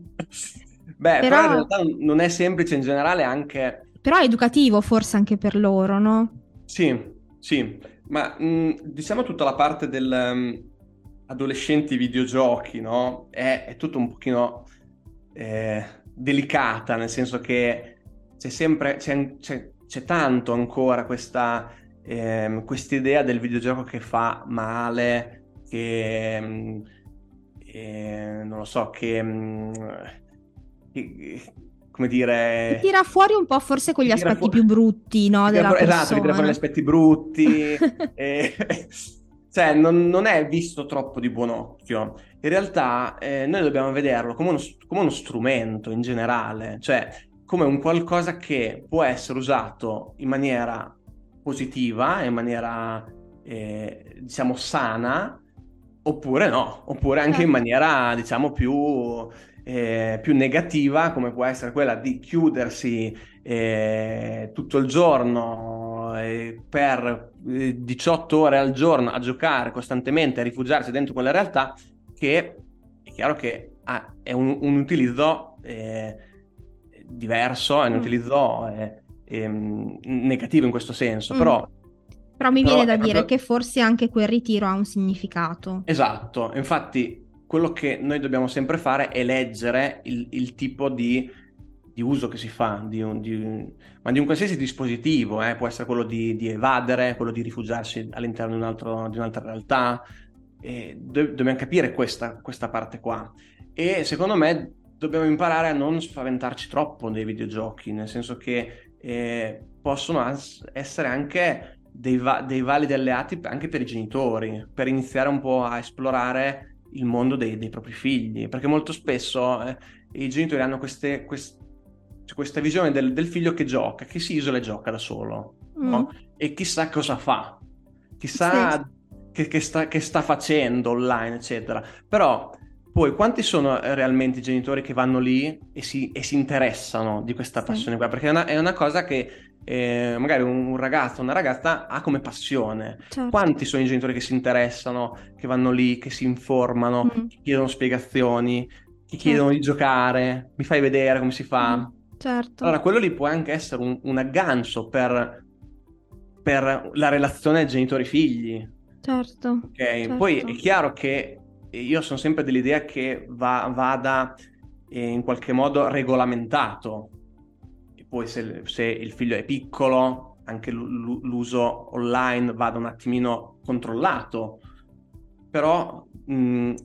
Beh, però in Però, realtà non è semplice in generale anche... però è educativo forse anche per loro, no? Sì, sì, ma mh, diciamo tutta la parte del um, adolescenti videogiochi, no? È, è tutto un pochino eh, delicata, nel senso che c'è sempre, c'è, c'è- c'è tanto ancora questa ehm, quest'idea del videogioco che fa male, che mh, eh, non lo so, che, mh, che- come Ti dire, tira fuori un po' forse quegli che tira aspetti fuori, più brutti, no, che tira della fuori- esatto, che tira fuori gli persona. aspetti brutti, e- cioè non, non è visto troppo di buon occhio. In realtà eh, noi dobbiamo vederlo come uno, come uno strumento in generale, cioè come un qualcosa che può essere usato in maniera positiva, in maniera eh, diciamo sana, oppure no, oppure anche in Certo. maniera diciamo più, eh, più negativa, come può essere quella di chiudersi eh, tutto il giorno eh, per eh, diciotto ore al giorno a giocare costantemente, a rifugiarsi dentro quella realtà, che è chiaro che ha- è un, un utilizzo eh, diverso, è un Mm, utilizzo eh, ehm, negativo in questo senso, mm. però, Però mi viene però da è dire che proprio forse anche quel ritiro ha un significato. esatto. Infatti quello che noi dobbiamo sempre fare è leggere il, il tipo di, di uso che si fa, di un, di un- ma di un qualsiasi dispositivo, eh. Può essere quello di, di evadere, quello di rifugiarsi all'interno di un altro- di un'altra realtà. E do- dobbiamo capire questa, questa parte qua. E secondo me dobbiamo imparare a non spaventarci troppo dei videogiochi, nel senso che eh, possono as- essere anche dei, va- dei validi alleati anche per i genitori, per iniziare un po' a esplorare il mondo dei, dei propri figli, perché molto spesso eh, i genitori hanno queste, quest- cioè questa visione del, del figlio che gioca, che si isola e gioca da solo, Mm, no? E chissà cosa fa, sì, chissà che, che sta, che sta facendo online, eccetera. Però poi quanti sono realmente i genitori che vanno lì e si, e si interessano di questa sì, passione qua? Perché è una, è una cosa che eh, magari un ragazzo, una ragazza ha come passione. certo. Quanti sono i genitori che si interessano, che vanno lì, che si informano, Mm, che chiedono spiegazioni, che chiedono certo. di giocare, mi fai vedere come si Mm, fa? certo, Allora, quello lì può anche essere un, un aggancio per, per la relazione genitori-figli. certo, Ok, poi è certo. chiaro che io sono sempre dell'idea che va- vada eh, in qualche modo regolamentato. E poi se, se il figlio è piccolo, anche l'u- l'u- l'uso online vada un attimino controllato. Però, mh,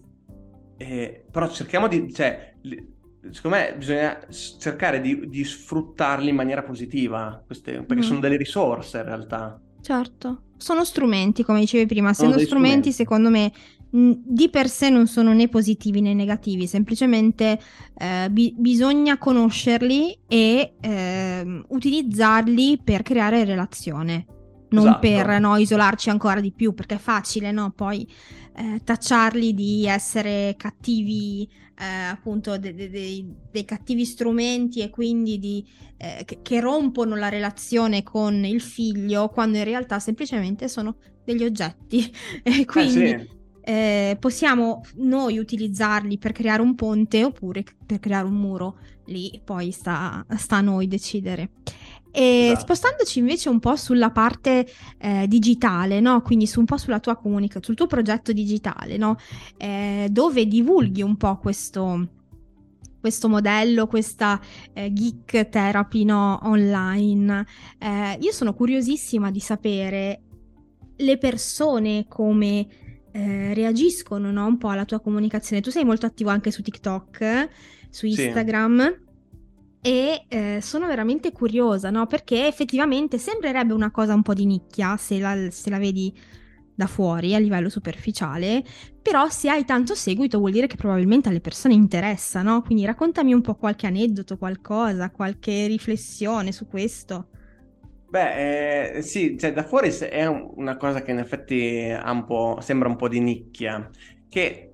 eh, però cerchiamo di, cioè, li- secondo me bisogna s- cercare di, di sfruttarli in maniera positiva, queste- perché sono Mm. delle risorse in realtà, Certo, sono strumenti, come dicevi prima, sono essendo degli strumenti, strumenti. secondo me, mh, di per sé non sono né positivi né negativi, semplicemente eh, bi- bisogna conoscerli e ehm, utilizzarli per creare relazione, non per Esatto. no, isolarci ancora di più, perché è facile, no? Poi eh, tacciarli di essere cattivi, eh, appunto, de- de- dei dei cattivi strumenti e quindi di eh, che, che rompono la relazione con il figlio quando in realtà semplicemente sono degli oggetti e Eh sì, quindi eh, possiamo noi utilizzarli per creare un ponte oppure per creare un muro. Lì poi sta, sta a noi decidere. E esatto. spostandoci invece un po' sulla parte eh, digitale, no? Quindi su un po' sulla tua comunicazione, sul tuo progetto digitale, no? Eh, dove divulghi un po' questo, questo modello, questa eh, geek therapy, no? Online. Eh, io sono curiosissima di sapere le persone come eh, reagiscono, no? Un po' alla tua comunicazione. Tu sei molto attivo anche su TikTok, su Sì. Instagram. E eh, sono veramente curiosa, no? Perché effettivamente sembrerebbe una cosa un po' di nicchia se la, se la vedi da fuori a livello superficiale, però se hai tanto seguito vuol dire che probabilmente alle persone interessa, no? Quindi raccontami un po' qualche aneddoto, qualcosa, qualche riflessione su questo. Beh, eh, sì, cioè da fuori se- è un- una cosa che in effetti ha un po', sembra un po' di nicchia, che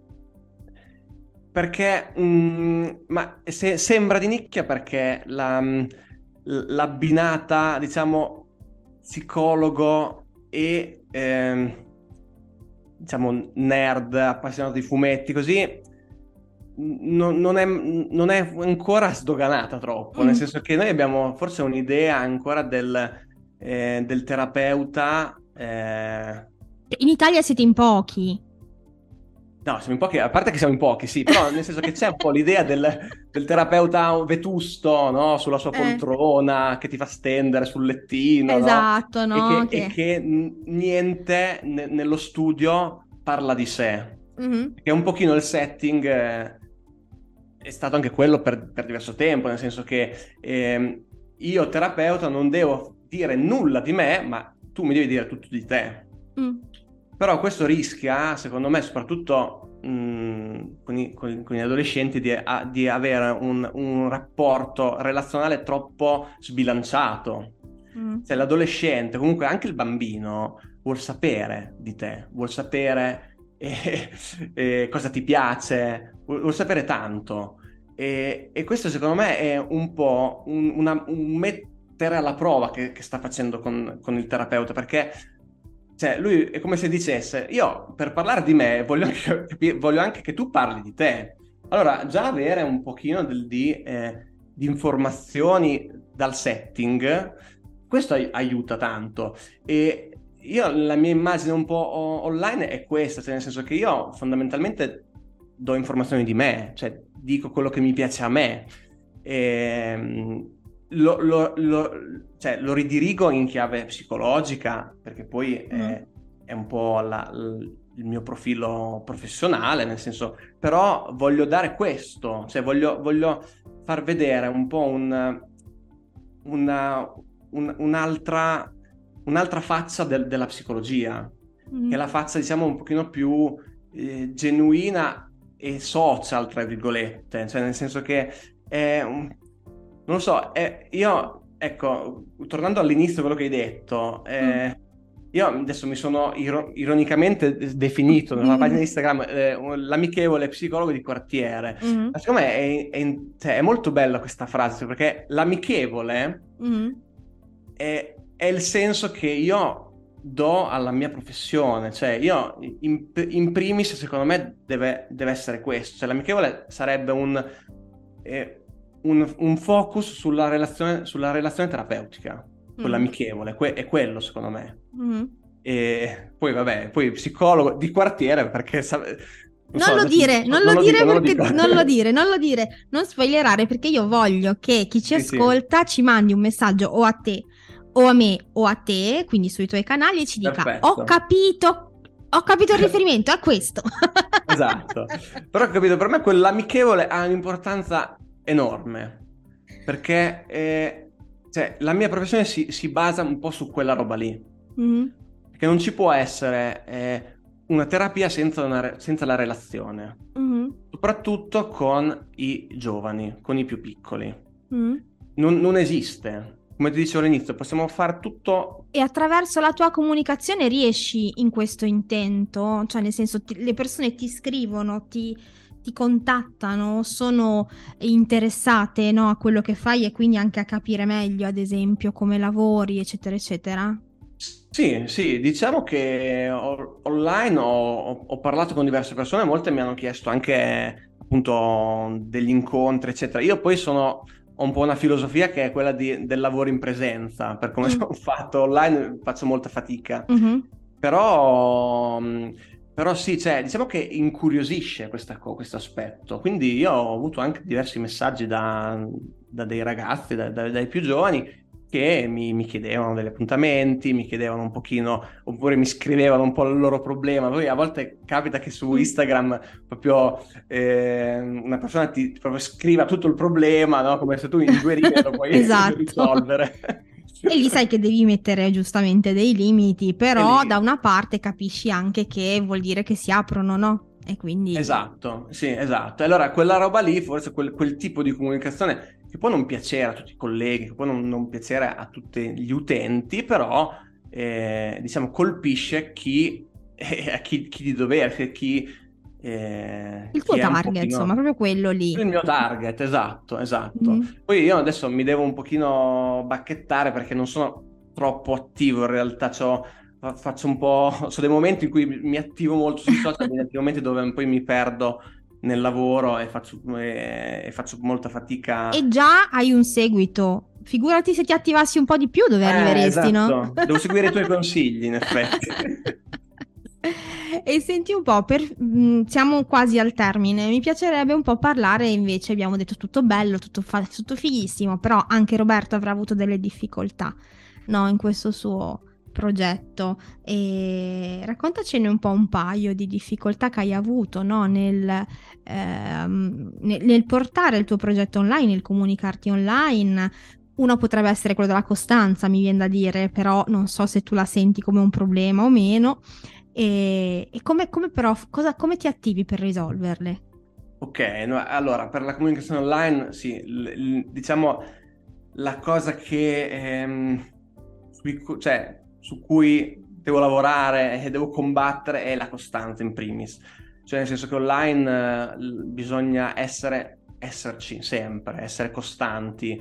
perché, mm, ma se- sembra di nicchia perché la, mm, l'abbinata, diciamo, psicologo e ehm, diciamo nerd appassionato di fumetti, così non, non, è, non è ancora sdoganata troppo, Mm. nel senso che noi abbiamo forse un'idea ancora del, eh, del terapeuta. eh, In Italia siete in pochi. No, siamo in pochi, a parte che siamo in pochi, sì, però nel senso che c'è un po' l'idea del, del terapeuta vetusto, no? Sulla sua Eh, poltrona, che ti fa stendere sul lettino, no? esatto, E che, no? e Che... che n- niente ne- nello studio parla di sé. Mhm. Che è un pochino il setting, eh, è stato anche quello per, per diverso tempo, nel senso che ehm, io terapeuta non devo dire nulla di me, ma tu mi devi dire tutto di te. Mm. Però questo rischia, secondo me, soprattutto mh, con, i, con- con gli adolescenti, di, a- di avere un, un rapporto relazionale troppo sbilanciato. Mm. Cioè, l'adolescente, comunque anche il bambino, vuol sapere di te, vuol sapere eh, eh, cosa ti piace, vuol, vuol sapere tanto. E, e questo, secondo me, è un po' un, una- un mettere alla prova che, che sta facendo con, con il terapeuta, perché cioè, lui è come se dicesse: io per parlare di me voglio anche, capi- voglio anche che tu parli di te. Allora, già avere un pochino del- di, eh, di informazioni dal setting, questo ai- aiuta tanto. E io la mia immagine un po' o- online è questa, cioè nel senso che io fondamentalmente do informazioni di me, cioè dico quello che mi piace a me. Ehm, lo, lo- lo- cioè, lo ridirigo in chiave psicologica, perché poi è, è un po' la- l- il mio profilo professionale, nel senso, però voglio dare questo, cioè voglio, voglio far vedere un po' un, una, un- un'altra, un'altra faccia del- della psologia, Mm. che è la faccia, diciamo, un pochino più eh, genuina e social, tra virgolette, cioè nel senso che è un- non lo so, è- io, ecco, tornando all'inizio quello che hai detto, Mm. eh, io adesso mi sono iro- ironicamente definito nella pagina Instagram eh, un- l'amichevole psicologo di quartiere. Mm. Ma secondo me è, è- cioè, è molto bella questa frase, perché l'amichevole Mm. è, è il senso che io do alla mia professione, cioè io in, in primis secondo me deve, deve essere questo, cioè l'amichevole sarebbe un, eh, un, un focus sulla relazione, sulla relazione terapeutica, quella Mm. amichevole, que- è quello secondo me. Mm. E poi vabbè, poi psicologo di quartiere perché sa- non Non so, lo adesso- dire, non non lo lo dire dico, non lo perché dico. non lo dire, non lo dire, non spoilerare perché io voglio che chi ci Sì, sì. ascolta ci mandi un messaggio o a te o a me o a te, quindi sui tuoi canali e ci dica Perfetto. ho capito, ho capito il riferimento a questo. Esatto. Però ho capito, per me quell'amichevole ha un'importanza enorme, perché eh, cioè, la mia professione si, si basa un po' su quella roba lì, Mm. perché non ci può essere eh, una terapia senza, una re- senza la relazione, Mm. soprattutto con i giovani, con i più piccoli. Mm. Non, non esiste. Come ti dicevo all'inizio, possiamo fare tutto. E attraverso la tua comunicazione riesci in questo intento? Cioè, nel senso, ti- le persone ti scrivono, ti, ti contattano, sono interessate, no, a quello che fai e quindi anche a capire meglio, ad esempio, come lavori, eccetera, eccetera. Sì, sì, diciamo che o- online ho, ho- ho parlato con diverse persone, molte mi hanno chiesto anche appunto degli incontri, eccetera. Io poi sono, ho un po' una filosofia che è quella di- del lavoro in presenza, per come Mm. sono fatto online faccio molta fatica. Mhm. Però, mh, però sì, cioè, diciamo che incuriosisce questa co- questo aspetto. Quindi io ho avuto anche diversi messaggi da, da dei ragazzi, da- da- dai più giovani, che mi, mi chiedevano degli appuntamenti, mi chiedevano un pochino, oppure mi scrivevano un po' il loro problema. Poi a volte capita che su Mm. Instagram proprio eh, una persona ti proprio scriva tutto il problema, no? Come se tu in due righe lo puoi Esatto. risolvere. E lì sai che devi mettere giustamente dei limiti, però E lì- da una parte capisci anche che vuol dire che si aprono, no? E quindi... Esatto, sì, esatto. E allora quella roba lì, forse quel, quel tipo di comunicazione che può non piacere a tutti i colleghi, che può non, non piacere a tutti gli utenti, però eh, diciamo colpisce chi, eh, a chi, chi di dovere, chi, eh, Il tuo che è un target, insomma, pochino proprio quello lì. il mio target, esatto, esatto. Mhm. Poi io adesso mi devo un pochino bacchettare perché non sono troppo attivo in realtà, c'ho- fa- faccio un po', sono dei momenti in cui mi mi attivo molto sui social, dei momenti dove poi mi perdo nel lavoro e faccio, e- e faccio molta fatica. E già hai un seguito. Figurati se ti attivassi un po' di più dove Eh, arriveresti, no? esatto, devo seguire i tuoi consigli, in effetti. E senti un po', per- mh, siamo quasi al termine. Mi piacerebbe un po' parlare, invece abbiamo detto tutto bello, tutto, fa- tutto fighissimo, però anche Roberto avrà avuto delle difficoltà, no, in questo suo progetto. E raccontacene un po' un paio di difficoltà che hai avuto, no, nel, ehm, nel, nel portare il tuo progetto online, nel comunicarti online. Uno potrebbe essere quello della costanza, mi viene da dire, però non so se tu la senti come un problema o meno. E, e come, come però, cosa, come ti attivi per risolverle? Ok, no, allora per la comunicazione online, sì, l- l- diciamo la cosa che, ehm, sui cu- cioè, su cui devo lavorare e devo combattere è la costanza in primis. Cioè, nel senso che online, eh, l- bisogna essere, esserci sempre, essere costanti.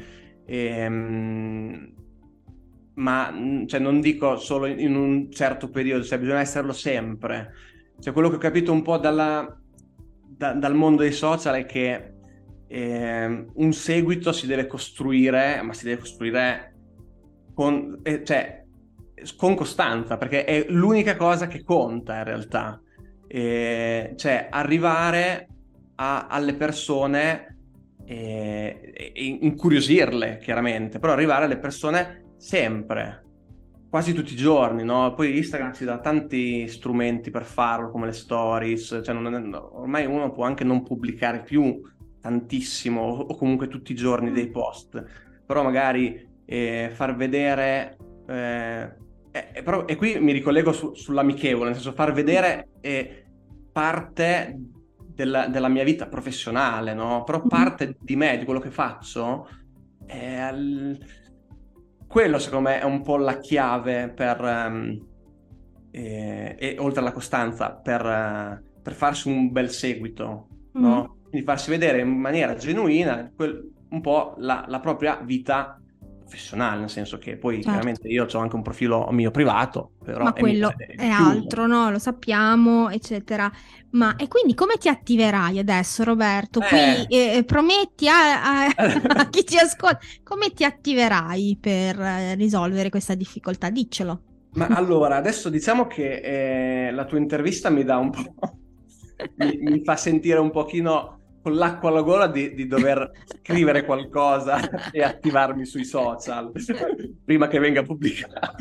Ehm, ma mh, cioè, non dico solo in, in un certo periodo, cioè, bisogna esserlo sempre. Cioè, quello che ho capito un po' dalla- da- dal mondo dei social è che ehm, un seguito si deve costruire, ma si deve costruire con, eh, cioè, con costanza, perché è l'unica cosa che conta in realtà. Eh, cioè, arrivare a- alle persone e, e incuriosirle, chiaramente, però arrivare alle persone sempre, quasi tutti i giorni, no? Poi Instagram ci dà tanti strumenti per farlo, come le stories, cioè non è- ormai uno può anche non pubblicare più tantissimo o o comunque tutti i giorni dei post, però magari eh, far vedere, eh, eh, eh, però- e qui mi ricollego su- sull'amichevole, nel senso far vedere eh, parte della, della mia vita professionale, no? Però Mhm. parte di me, di quello che faccio, è al- quello secondo me è un po' la chiave per, ehm, eh, e oltre alla costanza, per, eh, per farsi un bel seguito, Mhm. no? Quindi farsi vedere in maniera genuina quel- un po' la, la propria vita professionale, nel senso che poi Certo. chiaramente io ho anche un profilo mio privato, Ma però è mio, quello è è chiuso. altro, no? Lo sappiamo, eccetera. Ma e quindi come ti attiverai adesso, Roberto? Qui Eh, eh, prometti a, a- a chi ci ascolta, come ti attiverai per eh, risolvere questa difficoltà? Diccelo. ma allora, adesso diciamo che eh, la tua intervista mi dà un po', mi, mi fa sentire un pochino con l'acqua alla gola di, di dover scrivere qualcosa e attivarmi sui social prima che venga pubblicato.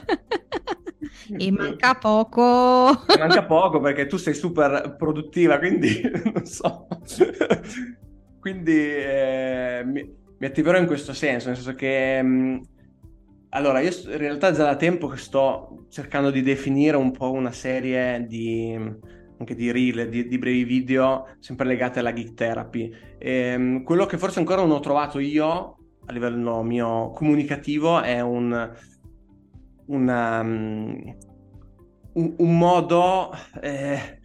E manca poco. E manca poco perché tu sei super produttiva, quindi non so. Quindi eh, mi, mi attiverò in questo senso, nel senso che mh, allora io sto- in realtà è già da tempo che sto cercando di definire un po' una serie di anche di reel, di, di brevi video sempre legate alla geek therapy. Ehm, quello che forse ancora non ho trovato io a livello mio comunicativo è un una, um, un, un modo, eh,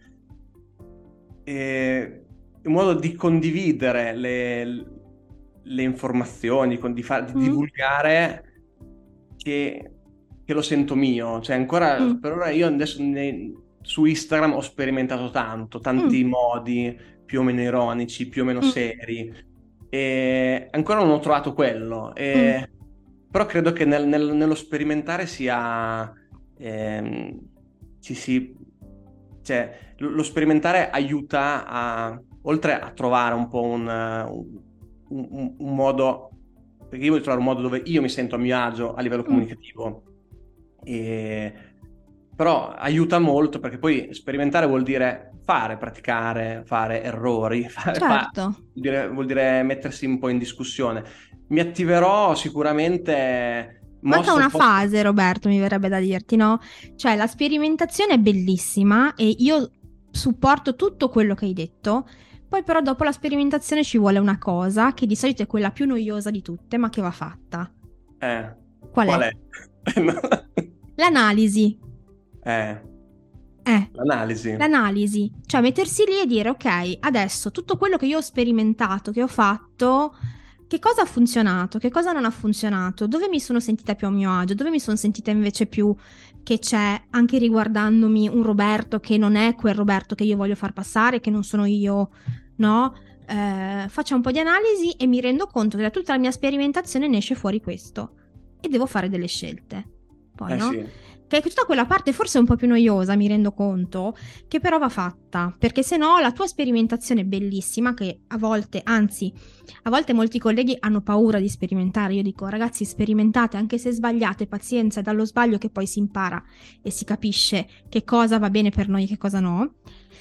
eh, un modo di condividere le, le informazioni, con- di, far- di Mm, divulgare che, che lo sento mio. Cioè, ancora mm, per ora io adesso ne- su Instagram ho sperimentato tanto, tanti mm, modi più o meno ironici, più o meno mm, seri. E ancora non ho trovato quello. mm. E- Però credo che nel- nel- nello sperimentare sia ehm, ci si, cioè, lo, lo sperimentare aiuta a, oltre a trovare un po' un, eh, un- un- un modo, perché io voglio trovare un modo dove io mi sento a mio agio a livello Mm. comunicativo, e, però aiuta molto perché poi sperimentare vuol dire fare, praticare, fare errori, fare, fa- Certo. vuol dire, vuol dire mettersi un po' in discussione. Mi attiverò sicuramente Manca mosso un una po'. fase, Roberto, mi verrebbe da dirti, no? Cioè, la sperimentazione è bellissima e io supporto tutto quello che hai detto. Poi, però, dopo la sperimentazione ci vuole una cosa che di solito è quella più noiosa di tutte, ma che va fatta. Eh, Qual qual è? è? L'analisi. Eh, Eh, L'analisi. l'analisi, cioè mettersi lì e dire ok, adesso tutto quello che io ho sperimentato, che ho fatto, che cosa ha funzionato, che cosa non ha funzionato, dove mi sono sentita più a mio agio, dove mi sono sentita invece più che c'è, anche riguardandomi un Roberto che non è quel Roberto che io voglio far passare, che non sono io, no? Eh, faccio un po' di analisi e mi rendo conto che da tutta la mia sperimentazione ne esce fuori questo e devo fare delle scelte. Poi, Eh no? sì. Che tutta quella parte forse è un po' più noiosa, mi rendo conto, che però va fatta, perché se no la tua sperimentazione è bellissima, che a volte, anzi, a volte molti colleghi hanno paura di sperimentare. Io dico, ragazzi, sperimentate, anche se sbagliate, pazienza, è dallo sbaglio che poi si impara e si capisce che cosa va bene per noi e che cosa no.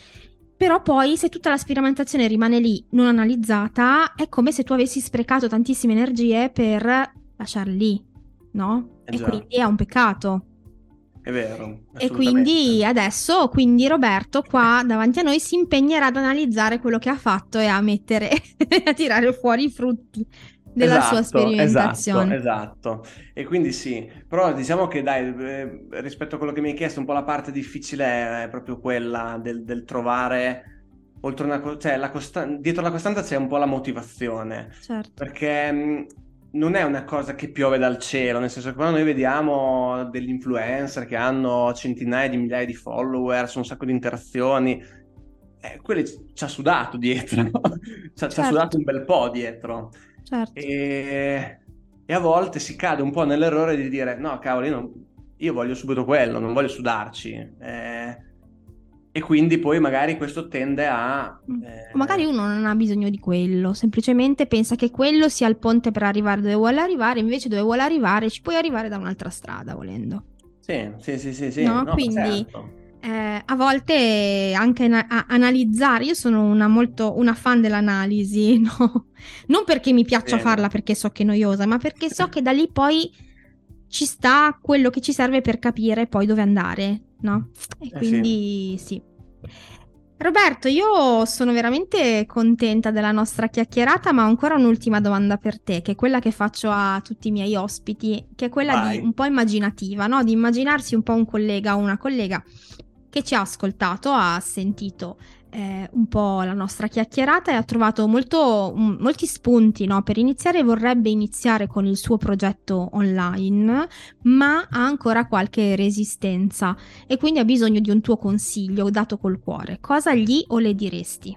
Però poi se tutta la sperimentazione rimane lì non analizzata, è come se tu avessi sprecato tantissime energie per lasciarle lì, no? Eh E già, quindi è un peccato. è vero, E quindi assolutamente. adesso, quindi Roberto qua davanti a noi si impegnerà ad analizzare quello che ha fatto e a mettere, a tirare fuori i frutti della sua Esatto, esatto, sperimentazione. esatto. E quindi sì, però diciamo che dai, eh, rispetto a quello che mi hai chiesto, un po' la parte difficile è proprio quella del, del trovare, oltre una co- cioè la costa- dietro la costanza c'è un po' la motivazione, Certo, perché mh, non è una cosa che piove dal cielo, nel senso che quando noi vediamo degli influencer che hanno centinaia di migliaia di followers, un sacco di interazioni, eh, quelli ci ha sudato dietro, ci ha ci ha sudato certo, un bel po' dietro. certo. E, e a volte si cade un po' nell'errore di dire no, cavolo, io, non- io voglio subito quello, non voglio sudarci. Eh, e quindi poi magari questo tende a... Mm. O magari eh, uno non ha bisogno di quello, semplicemente pensa che quello sia il ponte per arrivare dove vuole arrivare, invece dove vuole arrivare ci puoi arrivare da un'altra strada volendo. sì, sì, sì, sì, sì, No? no, ma Quindi certo. eh, a volte anche na- a- analizzare, io sono una, molto, una fan dell'analisi, no? Non perché mi piaccia farla Bene. perché so che è noiosa, ma perché so che da lì poi ci sta quello che ci serve per capire poi dove andare, no? E Eh sì, quindi sì. Roberto, io sono veramente contenta della nostra chiacchierata, ma ho ancora un'ultima domanda per te, che è quella che faccio a tutti i miei ospiti, che è quella di un vai. po' immaginativa, no? Di immaginarsi un po' un collega o una collega che ci ha ascoltato, ha sentito eh, un po' la nostra chiacchierata e ha trovato molto- m- molti spunti, no? Per iniziare, vorrebbe iniziare con il suo progetto online, ma ha ancora qualche resistenza e quindi ha bisogno di un tuo consiglio dato col cuore. Cosa gli o le diresti?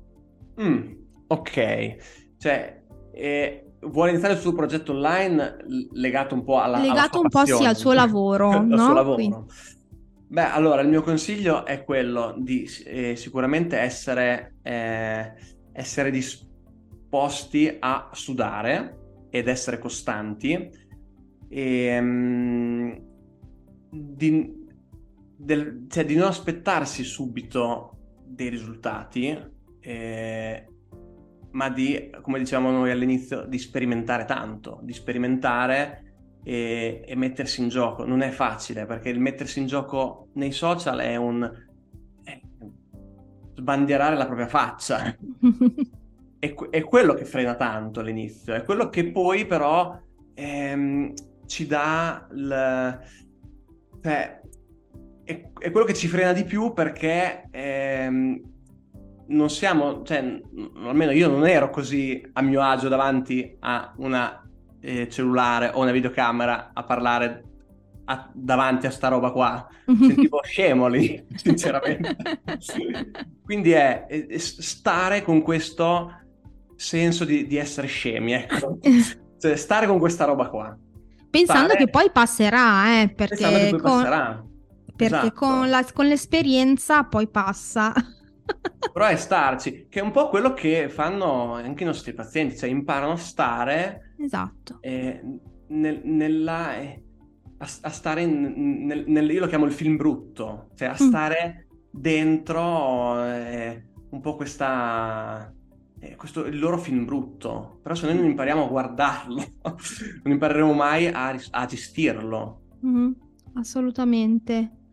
Mm, ok, cioè eh, vuole iniziare il suo progetto online l- legato un po' alla, alla Legato sua un po' sì al passione, suo lavoro, al suo no? Quindi, lavoro. Beh, allora il mio consiglio è quello di eh, sicuramente essere, eh, essere disposti a sudare ed essere costanti e mm, di, del- cioè, di non aspettarsi subito dei risultati, eh, ma di, come dicevamo noi all'inizio, di sperimentare tanto, di sperimentare e, e mettersi in gioco. Non è facile perché il mettersi in gioco nei social è un è sbandierare la propria faccia. È, que- è quello che frena tanto all'inizio, è quello che poi però ehm, ci dà il... cioè, è, è quello che ci frena di più perché ehm, non siamo, cioè, n- almeno io non ero così a mio agio davanti a una eh, cellulare o una videocamera a parlare a- davanti a sta roba qua. Sentivo scemo lì, sinceramente. Quindi è, è stare con questo senso di, di essere scemi, ecco. Cioè, stare con questa roba qua. Pensando che Stare poi passerà, eh, pensando che perché poi con, passerà. perché con Esatto. la- con l'esperienza poi passa. Però è starci, che è un po' quello che fanno anche i nostri pazienti, cioè imparano a stare Esatto. eh, nel- nella, eh, a, a stare in- nel, nel- io lo chiamo il film brutto, cioè a Mm. stare dentro eh, un po' questa, eh, questo, il loro film brutto. Però se noi non impariamo a guardarlo, non impareremo mai a, ris- a gestirlo. Mhm, assolutamente.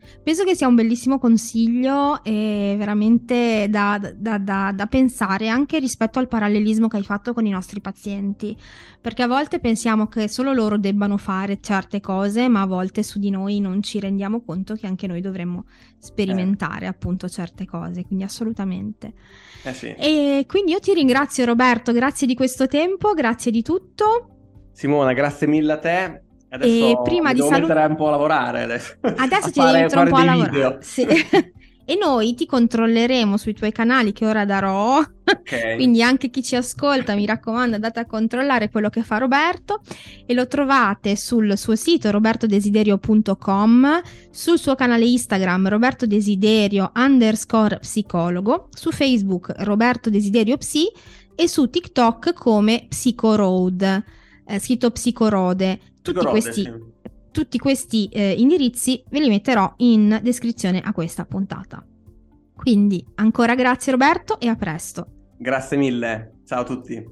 Penso che sia un bellissimo consiglio e veramente da, da, da, da pensare anche rispetto al parallelismo che hai fatto con i nostri pazienti, perché a volte pensiamo che solo loro debbano fare certe cose, ma a volte su di noi non ci rendiamo conto che anche noi dovremmo sperimentare eh. appunto certe cose, quindi assolutamente. Eh sì. E quindi io ti ringrazio, Roberto, grazie di questo tempo, grazie di tutto. Simona, grazie mille a te. Adesso e prima mi di devo salut- mettere un po' a lavorare adesso. Adesso a ti fare, devi mettere un po' a dei lavorare. video. Sì. E noi ti controlleremo sui tuoi canali che ora darò. Okay. Quindi anche chi ci ascolta, mi raccomando, andate a controllare quello che fa Roberto e lo trovate sul suo sito roberto desiderio punto com, sul suo canale Instagram Roberto Desiderio underscore psicologo, su Facebook Roberto Desiderio Psi e su TikTok come Psicorode, eh, scritto Psicorode. Tutti Psicorode, questi, sì. tutti questi eh, indirizzi ve li metterò in descrizione a questa puntata. Quindi ancora grazie Roberto e a presto. Grazie mille, ciao a tutti.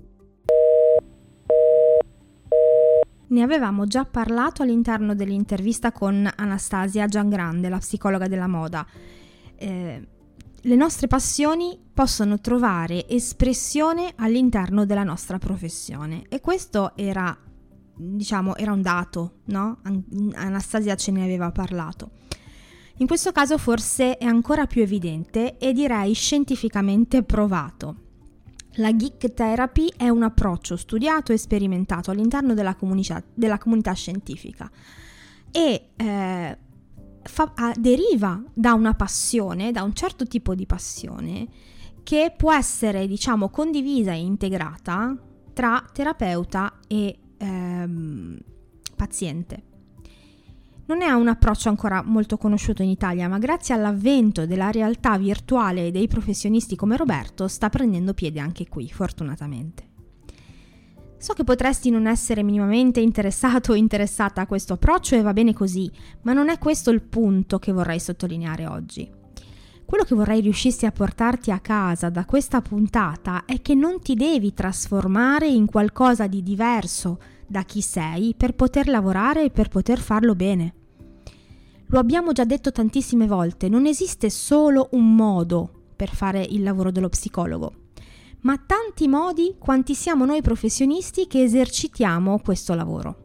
Ne avevamo già parlato all'interno dell'intervista con Anastasia Giangrande, la psicologa della moda. Eh, le nostre passioni possono trovare espressione all'interno della nostra professione e questo era, diciamo, era un dato, no? Anastasia ce ne aveva parlato. In questo caso forse è ancora più evidente e direi scientificamente provato. La geek therapy è un approccio studiato e sperimentato all'interno della comunità, della comunità scientifica e eh, fa, ah, deriva da una passione, da un certo tipo di passione che può essere, diciamo, condivisa e integrata tra terapeuta e ehm, paziente. Non è un approccio ancora molto conosciuto in Italia, ma grazie all'avvento della realtà virtuale e dei professionisti come Roberto sta prendendo piede anche qui, fortunatamente. So che potresti non essere minimamente interessato o interessata a questo approccio e va bene così, ma non è questo il punto che vorrei sottolineare oggi. Quello che vorrei riuscissi a portarti a casa da questa puntata è che non ti devi trasformare in qualcosa di diverso da chi sei per poter lavorare e per poter farlo bene. Lo abbiamo già detto tantissime volte, non esiste solo un modo per fare il lavoro dello psicologo, ma tanti modi quanti siamo noi professionisti che esercitiamo questo lavoro.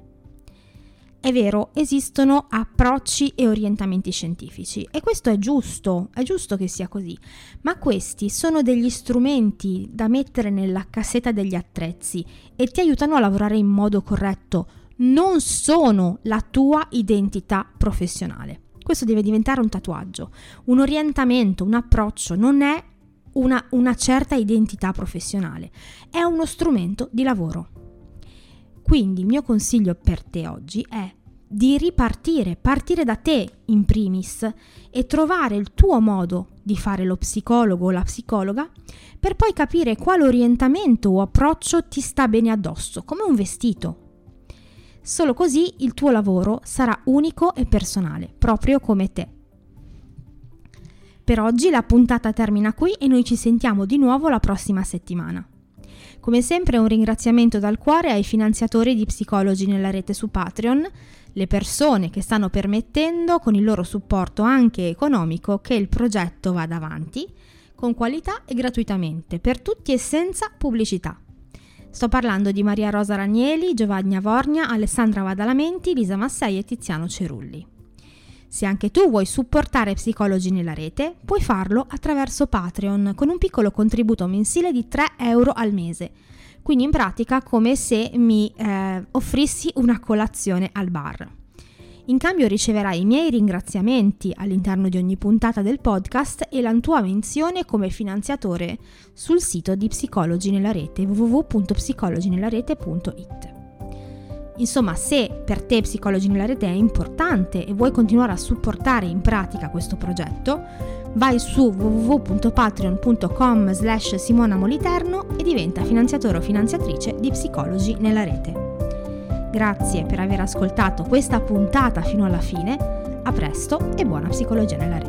È vero, esistono approcci e orientamenti scientifici e questo è giusto, è giusto che sia così, ma questi sono degli strumenti da mettere nella cassetta degli attrezzi e ti aiutano a lavorare in modo corretto, non sono la tua identità professionale. Questo deve diventare un tatuaggio, un orientamento, un approccio, non è una, una certa identità professionale, è uno strumento di lavoro. Quindi il mio consiglio per te oggi è di ripartire, partire da te in primis e trovare il tuo modo di fare lo psicologo o la psicologa per poi capire quale orientamento o approccio ti sta bene addosso, come un vestito. Solo così il tuo lavoro sarà unico e personale, proprio come te. Per oggi la puntata termina qui e noi ci sentiamo di nuovo la prossima settimana. Come sempre un ringraziamento dal cuore ai finanziatori di Psicologi nella Rete su Patreon, le persone che stanno permettendo con il loro supporto anche economico che il progetto vada avanti con qualità e gratuitamente per tutti e senza pubblicità. Sto parlando di Maria Rosa Ranieri, Giovanni Avornia, Alessandra Badalamenti, Lisa Massei e Tiziano Cerulli. Se anche tu vuoi supportare Psicologi nella Rete, puoi farlo attraverso Patreon con un piccolo contributo mensile di tre euro al mese. Quindi in pratica come se mi eh, offrissi una colazione al bar. In cambio riceverai i miei ringraziamenti all'interno di ogni puntata del podcast e la tua menzione come finanziatore sul sito di Psicologi nella Rete w w w punto psicologi nella rete punto i t. Insomma, se per te Psicologi nella Rete è importante e vuoi continuare a supportare in pratica questo progetto, vai su w w w punto patreon punto com slash simona moliterno e diventa finanziatore o finanziatrice di Psicologi nella Rete. Grazie per aver ascoltato questa puntata fino alla fine, a presto e buona psicologia nella rete.